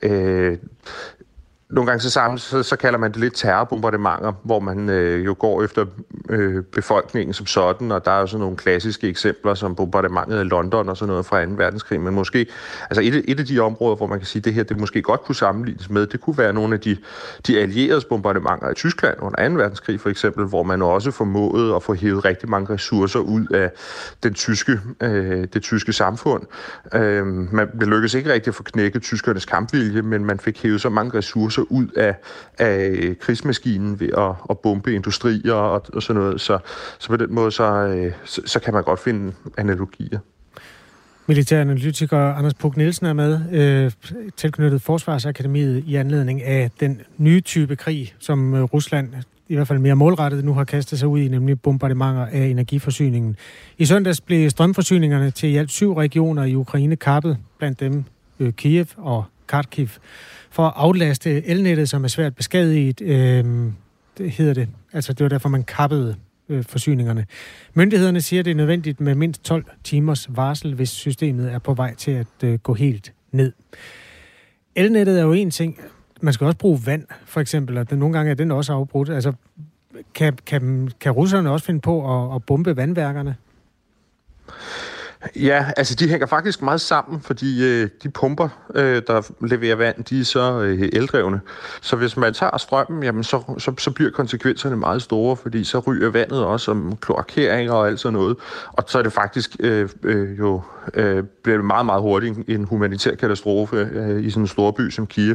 nogle gange så kalder man det lidt terrorbombardementer, hvor man jo går efter befolkningen som sådan, og der er jo sådan nogle klassiske eksempler som bombardementet i London og sådan noget fra 2. verdenskrig, men måske, altså et af de områder, hvor man kan sige, at det her det måske godt kunne sammenlignes med, det kunne være nogle af de allieredes bombardementer i Tyskland under 2. verdenskrig for eksempel, hvor man også formåede at få hævet rigtig mange ressourcer ud af det tyske samfund. Man lykkedes ikke rigtig at få knækket tyskernes kampvilje, men man fik hævet så mange ressourcer ud af krigsmaskinen ved at bombe industrier og sådan noget. Så på den måde, så kan man godt finde analogier. Militæranalytiker Anders Puk Nielsen er med, tilknyttet Forsvarsakademiet i anledning af den nye type krig, som Rusland i hvert fald mere målrettet nu har kastet sig ud i, nemlig bombardementer af energiforsyningen. I søndags blev strømforsyningerne til i alt 7 regioner i Ukraine kappet, blandt dem Kiev og Kharkiv, for at aflaste elnettet, som er svært beskadiget, det hedder det. Altså det var derfor, man kappede forsyningerne. Myndighederne siger, det er nødvendigt med mindst 12 timers varsel, hvis systemet er på vej til at gå helt ned. Elnettet er jo en ting. Man skal også bruge vand, for eksempel, og nogle gange er den også afbrudt. Altså, kan russerne også finde på at bombe vandværkerne? Ja, altså de hænger faktisk meget sammen, fordi de pumper, der leverer vand, de er så eldrevne. Så hvis man tager strømmen, jamen så bliver konsekvenserne meget store, fordi så ryger vandet også om kloakering og alt sådan noget. Og så er det faktisk bliver meget, meget hurtigt en humanitær katastrofe i sådan en stor by som Kiev.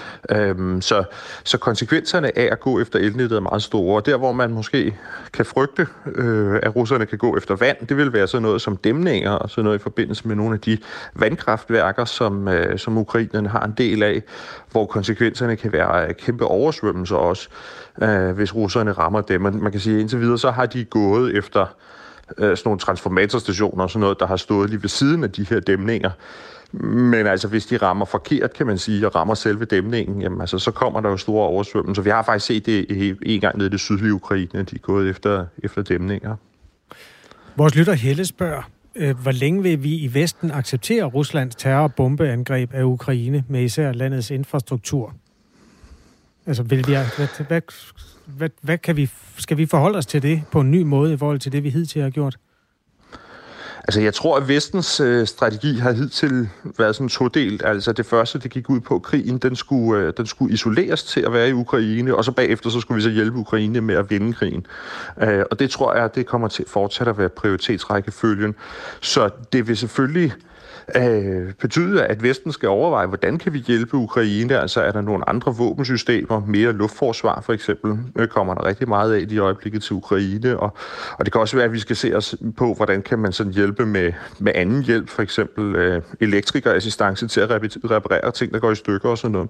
Så konsekvenserne af at gå efter elnettet er meget store. Og der, hvor man måske kan frygte, at russerne kan gå efter vand, det vil være sådan noget som dæmninger og sådan noget i forbindelse med nogle af de vandkraftværker, som ukrainerne har en del af, hvor konsekvenserne kan være kæmpe oversvømmelser også, hvis russerne rammer dem. Man kan sige, indtil videre, så har de gået efter sådan nogle transformatorstationer og sådan noget, der har stået lige ved siden af de her dæmninger. Men altså, hvis de rammer forkert, kan man sige, og rammer selve dæmningen, jamen altså, så kommer der jo store oversvømmelser. Vi har faktisk set det en gang nede i det sydlige Ukraine, de er gået efter dæmninger. Vores lytter Helle spørger, hvor længe vil vi i Vesten acceptere Ruslands terror- og bombeangreb af Ukraine med især landets infrastruktur? Altså, skal vi forholde os til det på en ny måde i forhold til det, vi hidtil har gjort? Altså, jeg tror, at Vestens strategi har hidtil været sådan todelt. Altså, det første, det gik ud på, krigen, den skulle isoleres til at være i Ukraine, og så bagefter, så skulle vi så hjælpe Ukraine med at vinde krigen. Og det tror jeg, det kommer til fortsat at være prioritetsrækkefølgen. Så det vil selvfølgelig betyder, at Vesten skal overveje, hvordan kan vi hjælpe Ukraine? Altså er der nogle andre våbensystemer, mere luftforsvar for eksempel, kommer der rigtig meget af i øjeblikket til Ukraine, og det kan også være, at vi skal se os på, hvordan kan man sådan hjælpe med anden hjælp, for eksempel elektrikerassistance til at reparere ting, der går i stykker og sådan noget.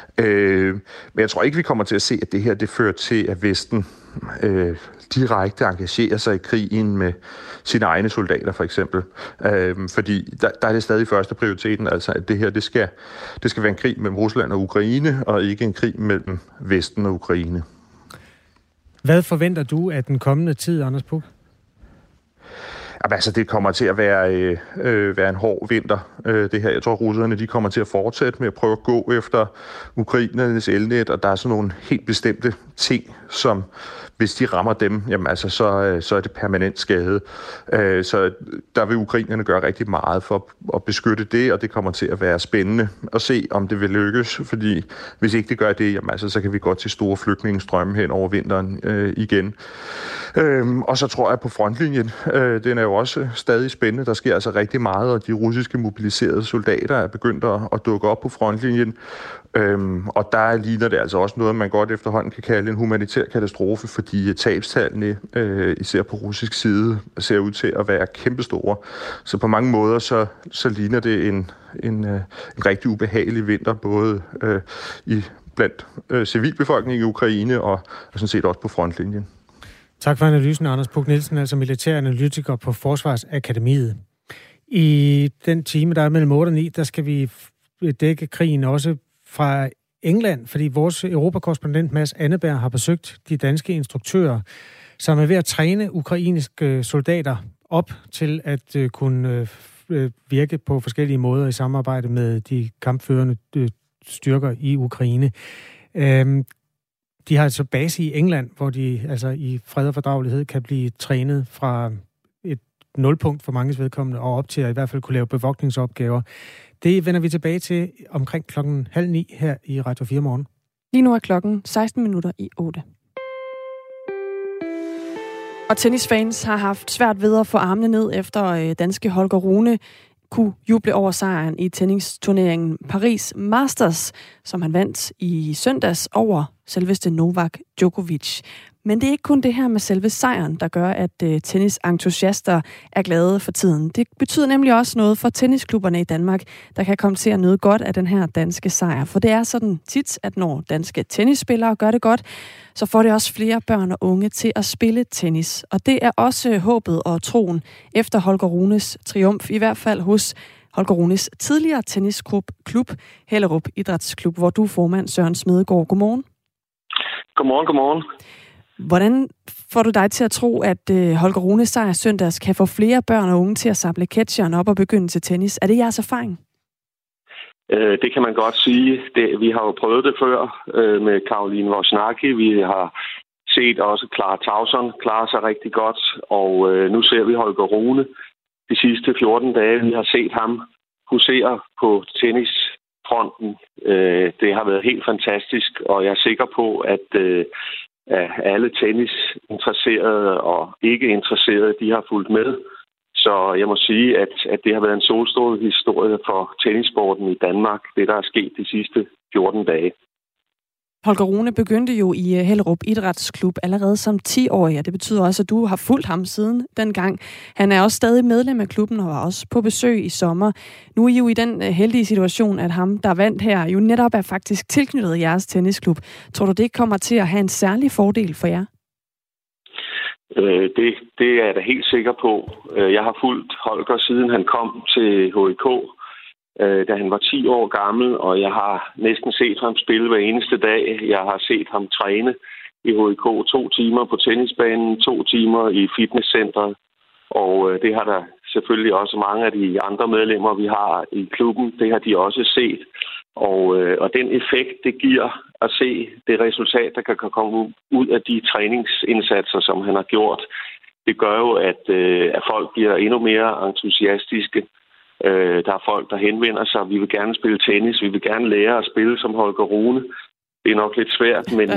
Men jeg tror ikke, vi kommer til at se, at det her det fører til, at Vesten direkte engagerer sig i krigen med sine egne soldater, for eksempel. Fordi der er det stadig første prioriteten, altså at det her, det skal være en krig mellem Rusland og Ukraine, og ikke en krig mellem Vesten og Ukraine. Hvad forventer du af den kommende tid, Anders Puk? Altså, det kommer til at være en hård vinter, det her. Jeg tror, russerne de kommer til at fortsætte med at prøve at gå efter ukrainernes elnet, og der er sådan nogle helt bestemte ting, som hvis de rammer dem, jamen altså, så er det permanent skade. Så der vil ukrainerne gøre rigtig meget for at beskytte det, og det kommer til at være spændende at se, om det vil lykkes, fordi hvis ikke det gør det, jamen altså, så kan vi godt til store flygtningestrømme hen over vinteren igen. Og så tror jeg på frontlinjen, den er jo også stadig spændende. Der sker altså rigtig meget, og de russiske mobiliserede soldater er begyndt at dukke op på frontlinjen. Og der ligner det altså også noget, man godt efterhånden kan kalde en humanitær katastrofe, fordi tabstallene, især på russisk side, ser ud til at være kæmpestore. Så på mange måder, så ligner det en rigtig ubehagelig vinter, både blandt civilbefolkningen i Ukraine og sådan set også på frontlinjen. Tak for analysen, Anders Puk Nielsen, altså militæranalytiker på Forsvarsakademiet. I den time, der er mellem 8 og 9, der skal vi dække krigen også fra England, fordi vores europakorrespondent Mads Anneberg har besøgt de danske instruktører, som er ved at træne ukrainske soldater op til at kunne virke på forskellige måder i samarbejde med de kampførende styrker i Ukraine. De har altså base i England, hvor de altså i fred og fordragelighed kan blive trænet fra et nulpunkt for manges vedkommende og op til at i hvert fald kunne lave bevogtningsopgaver. Det vender vi tilbage til omkring 8:30 her i Radio 4 morgen. Lige nu er klokken 8:16. Og tennisfans har haft svært ved at få armene ned efter danske Holger Rune kunne juble over sejren i tennisturneringen Paris Masters, som han vandt i søndags over selveste Novak Djokovic. Men det er ikke kun det her med selve sejren, der gør, at tennisentusiaster er glade for tiden. Det betyder nemlig også noget for tennisklubberne i Danmark, der kan komme til at nyde godt af den her danske sejr. For det er sådan tit, at når danske tennisspillere gør det godt, så får det også flere børn og unge til at spille tennis. Og det er også håbet og troen efter Holger Runes triumf, i hvert fald hos Holger Runes tidligere tennisklub, Hellerup Idrætsklub, hvor du er formand, Søren Smedegaard. Godmorgen. Godmorgen. Hvordan får du dig til at tro, at Holger Runes sejr søndags kan få flere børn og unge til at samle ketcheren op og begynde til tennis? Er det jeres erfaring? Det kan man godt sige. Vi har jo prøvet det før med Caroline Wozniacki. Vi har set også Clara Tauson klare sig rigtig godt, og nu ser vi Holger Rune de sidste 14 dage. Vi har set ham husere på tennisfronten. Det har været helt fantastisk, og jeg er sikker på, at alle tennisinteresserede og ikke interesserede, de har fulgt med. Så jeg må sige, at det har været en solstrålehistorie for tennissporten i Danmark, det der er sket de sidste 14 dage. Holger Rune begyndte jo i Hellerup Idrætsklub allerede som 10-årig, og det betyder også, at du har fulgt ham siden dengang. Han er også stadig medlem af klubben og var også på besøg i sommer. Nu er I jo i den heldige situation, at ham, der vandt her, jo netop er faktisk tilknyttet jeres tennisklub. Tror du, det kommer til at have en særlig fordel for jer? Det er jeg da helt sikker på. Jeg har fulgt Holger, siden han kom til HIK, da han var 10 år gammel, og jeg har næsten set ham spille hver eneste dag. Jeg har set ham træne i HIK 2 timer på tennisbanen, 2 timer i fitnesscenteret, og det har der selvfølgelig også mange af de andre medlemmer, vi har i klubben, det har de også set. Og den effekt, det giver at se det resultat, der kan komme ud af de træningsindsatser, som han har gjort, det gør jo, at folk bliver endnu mere entusiastiske. Der er folk, der henvender sig. Vi vil gerne spille tennis. Vi vil gerne lære at spille som Holger Rune. Det er nok lidt svært, men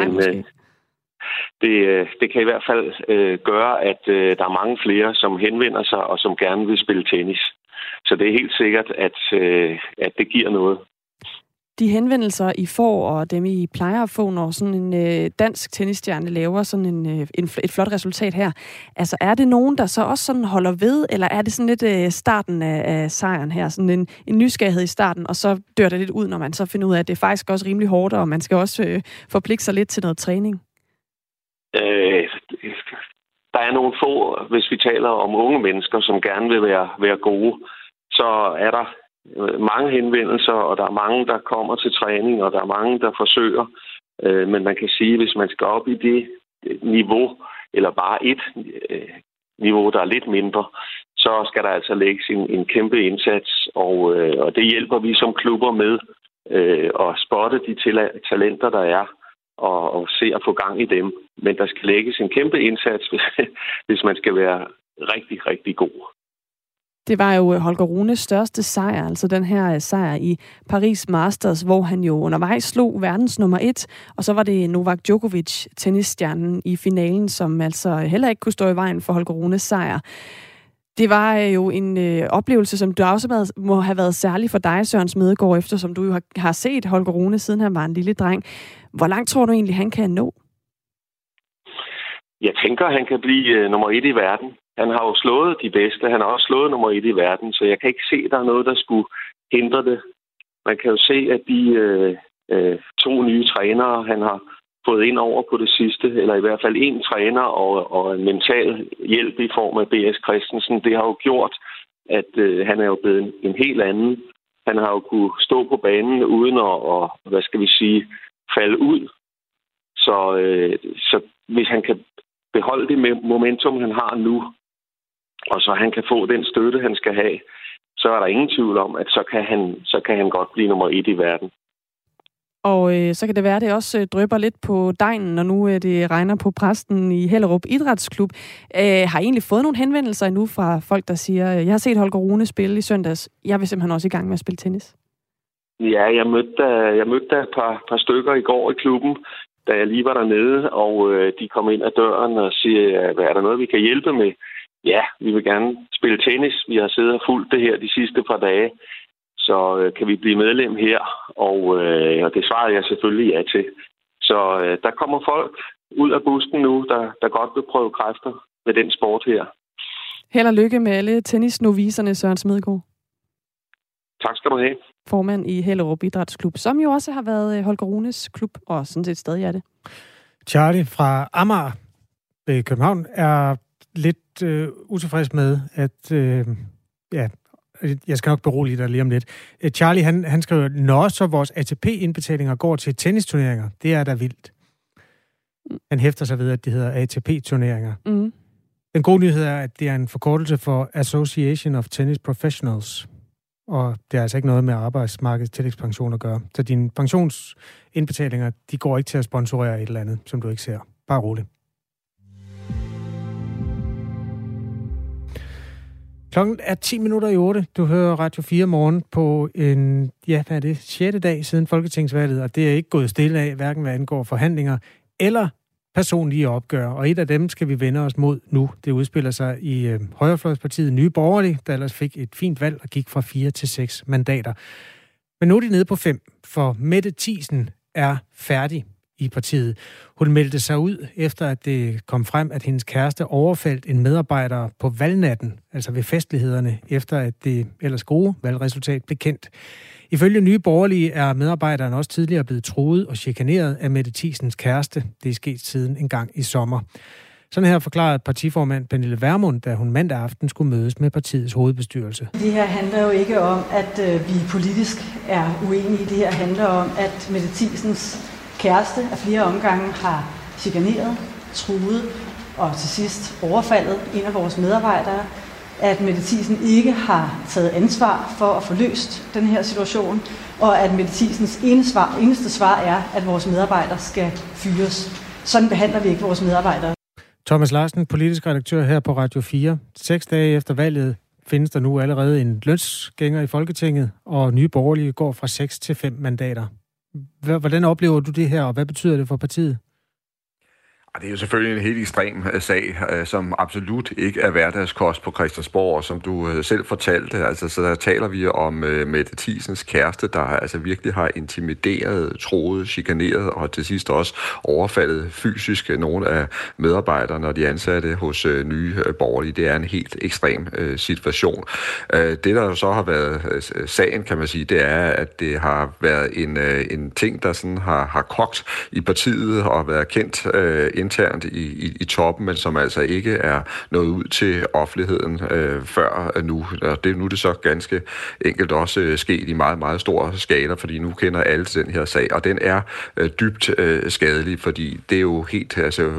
det kan i hvert fald gøre, at der er mange flere, som henvender sig og som gerne vil spille tennis. Så det er helt sikkert, at det giver noget. De henvendelser, I får, og dem, I plejer at få, når sådan en dansk tennisstjerne laver sådan et flot resultat her, altså er det nogen, der så også sådan holder ved, eller er det sådan lidt starten af sejren her, sådan en nysgerrighed i starten, og så dør det lidt ud, når man så finder ud af, at det er faktisk også rimelig hårdt, og man skal også forpligte sig lidt til noget træning? Der er nogle få, hvis vi taler om unge mennesker, som gerne vil være gode, så er der mange henvendelser, og der er mange, der kommer til træning, og der er mange, der forsøger. Men man kan sige, at hvis man skal op i det niveau, eller bare et niveau, der er lidt mindre, så skal der altså lægges en kæmpe indsats, og det hjælper vi som klubber med at spotte de talenter, der er, og se at få gang i dem. Men der skal lægges en kæmpe indsats, hvis man skal være rigtig, rigtig god. Det var jo Holger Runes største sejr, altså den her sejr i Paris Masters, hvor han jo undervejs slog verdens nummer 1, og så var det Novak Djokovic, tennisstjernen, i finalen, som altså heller ikke kunne stå i vejen for Holger Runes sejr. Det var jo en oplevelse, som du også må have været særlig for dig, Søren Smedegaard, eftersom du jo har set Holger Rune, siden han var en lille dreng. Hvor langt tror du egentlig, han kan nå? Jeg tænker, han kan blive nummer 1 i verden. Han har jo slået de bedste. Han har også slået nummer 1 i verden, så jeg kan ikke se, at der er noget, der skulle hindre det. Man kan jo se, at de 2 nye trænere, han har fået ind over på det sidste, eller i hvert fald 1 træner og en mental hjælp i form af B.S. Christensen, det har jo gjort, at han er jo blevet en helt anden. Han har jo kunne stå på banen uden at hvad skal vi sige, falde ud. Så hvis han kan beholde det momentum, han har nu, og så han kan få den støtte, han skal have, så er der ingen tvivl om, at så kan han godt blive nummer 1 i verden. Og så kan det være, at det også drypper lidt på dejen, når nu det regner på præsten i Hellerup Idrætsklub. Har I egentlig fået nogle henvendelser endnu fra folk, der siger, jeg har set Holger Rune spille i søndags, jeg vil simpelthen også i gang med at spille tennis? Ja, jeg mødte et par stykker i går i klubben, da jeg lige var dernede, og de kom ind ad døren og siger, hvad er der noget, vi kan hjælpe med? Ja, vi vil gerne spille tennis. Vi har siddet og fulgt det her de sidste par dage. Så kan vi blive medlem her? Og det svarede jeg selvfølgelig ja til. Så der kommer folk ud af busken nu, der godt vil prøve kræfter med den sport her. Held og lykke med alle tennisnoviserne, Søren Smedegaard. Tak skal du have. Formand i Hellerup Idrætsklub, som jo også har været Holger Runes klub, og sådan set stadig er det. Charlie fra Amager ved København er lidt utilfreds med, at jeg skal nok berolige dig lige om lidt. Charlie, han skriver, når så vores ATP-indbetalinger går til tennisturneringer, det er da vildt. Han hæfter sig ved, at det hedder ATP-turneringer. Mm. Den gode nyhed er, at det er en forkortelse for Association of Tennis Professionals, og det er altså ikke noget med arbejdsmarkedets tillægspension at gøre. Så dine pensionsindbetalinger, de går ikke til at sponsorere et eller andet, som du ikke ser. Bare roligt. Klokken er 10:10. Du hører Radio 4 morgen på en, 6. dag siden Folketingsvalget, og det er ikke gået stille af, hverken hvad angår forhandlinger eller personlige opgør. Og et af dem skal vi vende os mod nu. Det udspiller sig i højrefløjspartiet Nye Borgerlige, der ellers fik et fint valg og gik fra 4 til 6 mandater. Men nu er de nede på 5, for Mette Thiesen er færdig i partiet. Hun meldte sig ud, efter at det kom frem, at hendes kæreste overfaldt en medarbejder på valgnatten, altså ved festlighederne, efter at det ellers gode valgresultat blev kendt. Ifølge Nye Borgerlige er medarbejderen også tidligere blevet truet og chikaneret af Mette Thiesens kæreste. Det er sket siden en gang i sommer. Sådan her forklarede partiformand Pernille Vermund, da hun mandag aften skulle mødes med partiets hovedbestyrelse. Det her handler jo ikke om, at vi politisk er uenige. Det her handler om, at Mette Thiesens kæreste af flere omgange har chikaneret, truet og til sidst overfaldet en af vores medarbejdere. At Mette Thiesen ikke har taget ansvar for at få løst den her situation, og at Mette Thiesens eneste svar er, at vores medarbejdere skal fyres. Sådan behandler vi ikke vores medarbejdere. Thomas Larsen, politisk redaktør her på Radio 4. 6 dage efter valget findes der nu allerede en lønsgænger i Folketinget, og Nye Borgerlige går fra 6 til 5 mandater. Hvordan oplever du det her, og hvad betyder det for partiet? Det er jo selvfølgelig en helt ekstrem sag, som absolut ikke er hverdagskost på Christiansborg, og som du selv fortalte. Altså, så der taler vi om Mette Thiesens kæreste, der altså virkelig har intimideret, troet, chikaneret og til sidst også overfaldet fysisk nogle af medarbejderne og de ansatte hos Nye Borgerlige. Det er en helt ekstrem situation. Det, der jo så har været sagen, kan man sige, det er, at det har været en ting, der sådan har kogt i partiet og været kendt internt i toppen, men som altså ikke er nået ud til offentligheden før nu. Og nu er det så ganske enkelt også sket i meget, meget stor skala, fordi nu kender alle til den her sag, og den er dybt skadelig, fordi det er jo helt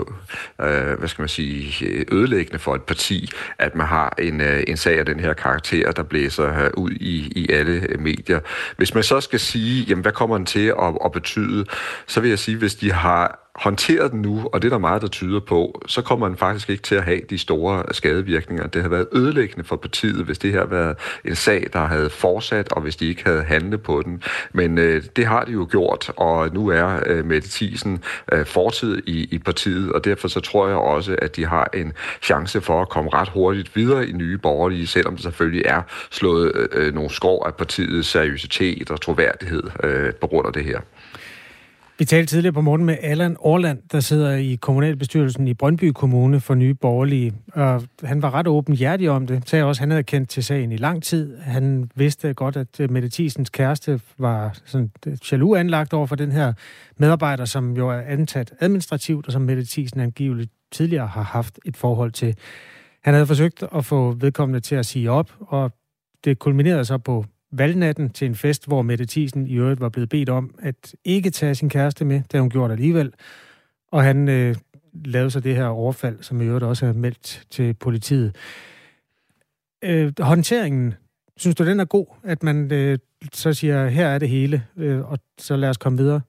ødelæggende for et parti, at man har en sag af den her karakter, der blæser ud i alle medier. Hvis man så skal sige, jamen hvad kommer den til at betyde, så vil jeg sige, hvis de har håndteret den nu, og det er der meget, der tyder på, så kommer den faktisk ikke til at have de store skadevirkninger. Det har været ødelæggende for partiet, hvis det her havde været en sag, der havde fortsat, og hvis de ikke havde handlet på den. Men det har de jo gjort, og nu er Mette Thiesen fortid i partiet, og derfor så tror jeg også, at de har en chance for at komme ret hurtigt videre i Nye Borgerlige, selvom det selvfølgelig er slået nogle skår af partiets seriøsitet og troværdighed på grund af det her. Vi talte tidligere på morgen med Allan Orland, der sidder i kommunalbestyrelsen i Brøndby Kommune for Nye Borgerlige. Og han var ret åbenhjertig om det. Sagde også, at han havde kendt til sagen i lang tid. Han vidste godt, at Mette Thiesens kæreste var sådan jaloux anlagt over for den her medarbejder, som jo er ansat administrativt, og som Mette Thiesen angiveligt tidligere har haft et forhold til. Han havde forsøgt at få vedkommende til at sige op, og det kulminerede så på valgnatten til en fest, hvor Mette Thiesen i øvrigt var blevet bedt om at ikke tage sin kæreste med, da hun gjorde det alligevel. Og han lavede så det her overfald, som i øvrigt også er meldt til politiet. Håndteringen, synes du, den er god, at man så siger, her er det hele, og så lad os komme videre?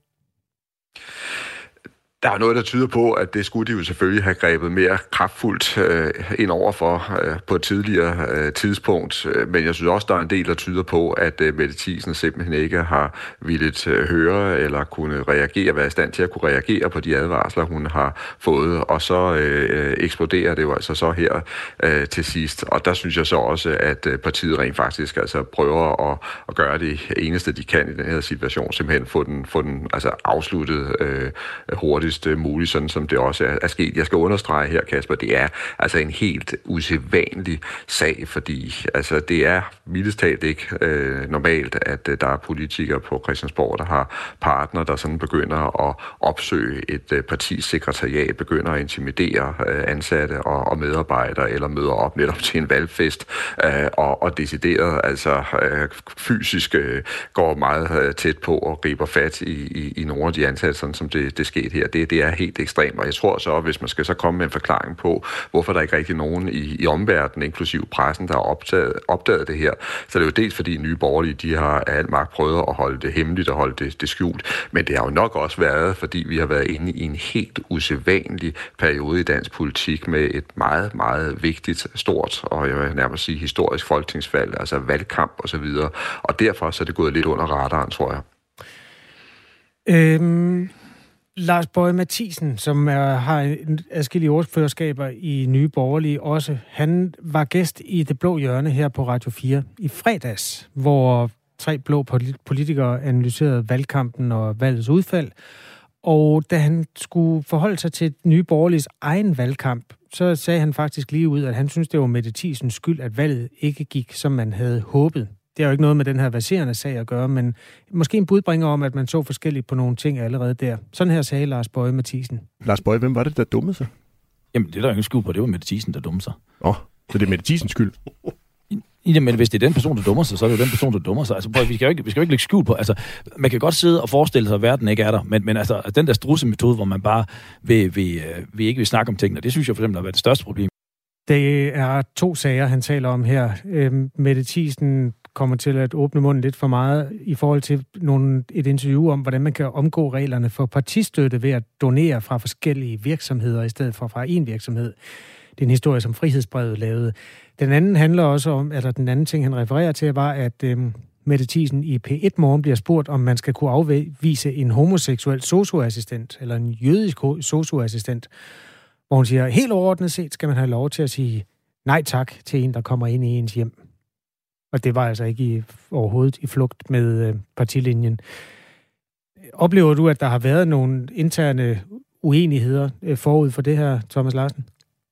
Der er noget, der tyder på, at det skulle de jo selvfølgelig have grebet mere kraftfuldt ind overfor på et tidligere tidspunkt. Men jeg synes også, der er en del, der tyder på, at Mette Thiesen simpelthen ikke har villet høre eller kunne reagere, være i stand til at kunne reagere på de advarsler, hun har fået. Og så eksploderer det jo altså så her til sidst. Og der synes jeg så også, at partiet rent faktisk altså prøver at gøre det eneste, de kan i den her situation. Simpelthen få den altså afsluttet hurtigt hurtigst muligt, sådan som det også er sket. Jeg skal understrege her, Kasper, det er altså en helt usædvanlig sag, fordi altså, det er mildest talt ikke normalt, at der er politikere på Christiansborg, der har partner, der sådan begynder at opsøge et partis sekretariat, begynder at intimidere ansatte og medarbejdere, eller møder op netop til en valgfest, og decideret, altså fysisk går meget tæt på og griber fat i nogle af de ansatte, sådan som det skete her. Det er helt ekstremt, og jeg tror så, hvis man skal så komme med en forklaring på, hvorfor der ikke rigtig nogen i omverdenen, inklusiv pressen, der har opdaget det her, så det er jo dels fordi Nye Borgerlige, de har af al magt prøvet at holde det hemmeligt og holde det skjult, men det har jo nok også været, fordi vi har været inde i en helt usædvanlig periode i dansk politik med et meget, meget vigtigt, stort og jeg vil nærmest sige historisk folketingsvalg, altså valgkamp og så videre, og derfor så er det gået lidt under radaren, tror jeg. Lars Boje Mathiesen, som har adskillige ordførerskaber i Nye Borgerlige også, han var gæst i Det Blå Hjørne her på Radio 4 i fredags, hvor 3 blå politikere analyserede valgkampen og valgets udfald. Og da han skulle forholde sig til Nye Borgerliges egen valgkamp, så sagde han faktisk lige ud, at han synes, det var Mette Thiesens skyld, at valget ikke gik, som man havde håbet. Det er jo ikke noget med den her verserende sag at gøre, men måske en budbringer om, at man så forskelligt på nogle ting allerede der. Sådan her sagde Lars Boje Mathiesen. Lars Boje, hvem var det, der dummede sig? Jamen, det er der jo ikke skuld på. Det var Mette Thiesen, der dummede sig. Så det er Mette Thiesens skyld? Jamen, hvis det er den person, der dummer sig, så er det jo den person, der dummer sig. Altså, vi skal jo ikke lægge skjul på. Altså, man kan godt sidde og forestille sig, at verden ikke er der, men altså, den der strudsemetode, hvor man bare ikke vil snakke om tingene, det synes jeg for eksempel har været det største problem. Det er 2 sager, han taler om her. Mette Thiesen kommer til at åbne munden lidt for meget i forhold til et interview om, hvordan man kan omgå reglerne for partistøtte ved at donere fra forskellige virksomheder i stedet for fra én virksomhed. Det er en historie, som Frihedsbrevet lavede. Den anden handler også om, eller den anden ting, han refererer til, var, at Mette Thiesen i P1 Morgen bliver spurgt, om man skal kunne afvise en homoseksuel sosu-assistent, eller en jødisk sosu-assistent, hvor hun siger, helt overordnet set skal man have lov til at sige nej tak til en, der kommer ind i ens hjem. Og det var altså ikke overhovedet i flugt med partilinjen. Oplever du, at der har været nogle interne uenigheder forud for det her, Thomas Larsen?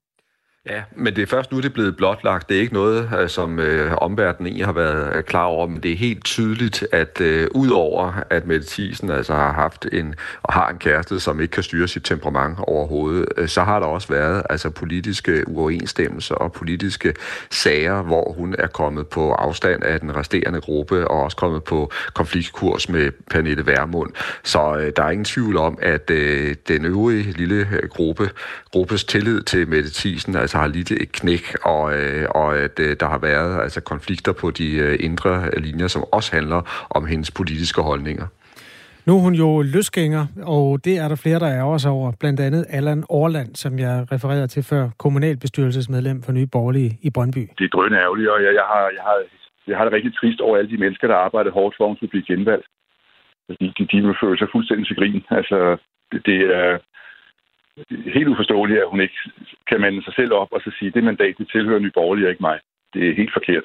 Ja, men det er først nu, det er blevet blotlagt. Det er ikke noget, som omverdenen egentlig har været klar over, men det er helt tydeligt, at udover at Mette Thiesen altså har haft og har en kæreste, som ikke kan styre sit temperament overhovedet, så har der også været altså politiske uoverensstemmelser og politiske sager, hvor hun er kommet på afstand af den resterende gruppe og også kommet på konfliktkurs med Pernille Vermund. Så der er ingen tvivl om, at den øvrige lille gruppes tillid til Mette Thiesen altså har lidt et knæk, og at der har været altså konflikter på de indre linjer, som også handler om hendes politiske holdninger. Nu er hun jo løsgænger, og det er der flere, der ærger sig over. Blandt andet Allan Orland, som jeg refererede til før, kommunalbestyrelsesmedlem for Nye Borgerlige i Brøndby. Det er drønende ærgerligt, og jeg har det rigtig trist over alle de mennesker, der arbejder hårdt for, at hun skal blive genvalgt. De vil føle sig fuldstændig til grin. Altså, det er helt uforståeligt, at hun ikke kan mande sig selv op og så sige, det mandat, det tilhører Nye Borgerlige og ikke mig. Det er helt forkert.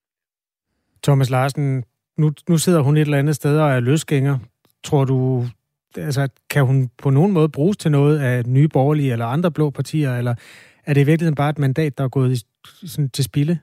Thomas Larsen, nu sidder hun et eller andet sted og er løsgænger. Tror du, altså, kan hun på nogen måde bruges til noget af Nye Borgerlige eller andre blå partier, eller er det i virkeligheden bare et mandat, der er gået til spilde?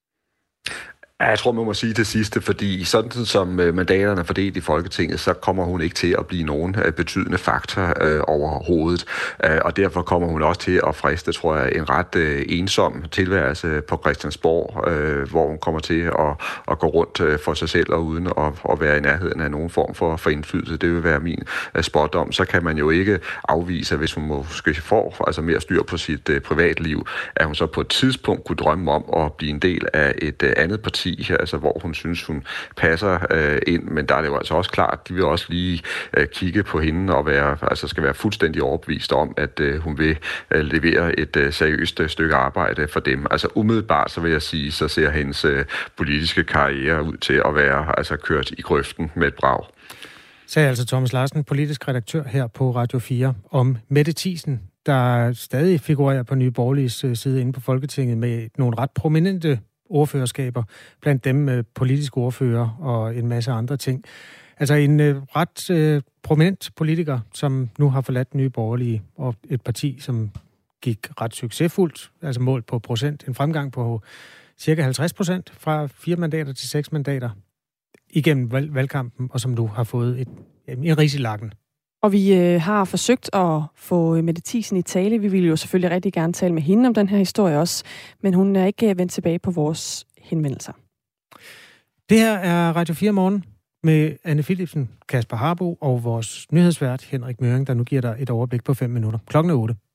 Ja, jeg tror, man må sige det sidste, fordi sådan som mandaterne er fordelt i Folketinget, så kommer hun ikke til at blive nogen betydende faktor overhovedet. Og derfor kommer hun også til at friste, tror jeg, en ret ensom tilværelse på Christiansborg, hvor hun kommer til at gå rundt for sig selv og uden at være i nærheden af nogen form for indflydelse. Det vil være min spådom. Så kan man jo ikke afvise, hvis hun måske får altså mere styr på sit privatliv, at hun så på et tidspunkt kunne drømme om at blive en del af et andet parti, altså hvor hun synes, hun passer ind, men der er det jo altså også klart, de vil også lige kigge på hende og skal være fuldstændig overbevist om, at hun vil levere et seriøst stykke arbejde for dem. Altså umiddelbart, så vil jeg sige, så ser hendes politiske karriere ud til at være altså kørt i grøften med et brag. Sagde altså Thomas Larsen, politisk redaktør her på Radio 4, om Mette Thiesen, der stadig figurerer på Nye Borgerliges side inde på Folketinget med nogle ret prominente ordførerskaber, blandt dem politiske ordfører og en masse andre ting. Altså en ret prominent politiker, som nu har forladt Nye Borgerlige, og et parti, som gik ret succesfuldt, altså målt på procent, en fremgang på cirka 50% fra 4 mandater til 6 mandater igennem valgkampen, og som nu har fået en ris i lakken. Og vi har forsøgt at få Mette Thiesen i tale. Vi ville jo selvfølgelig rigtig gerne tale med hende om den her historie også, men hun er ikke vendt tilbage på vores henvendelser. Det her er Radio 4 Morgen med Anne Philipsen, Kasper Harbo og vores nyhedsvært Henrik Møring, der nu giver dig et overblik på 5 minutter. Klokken er 8.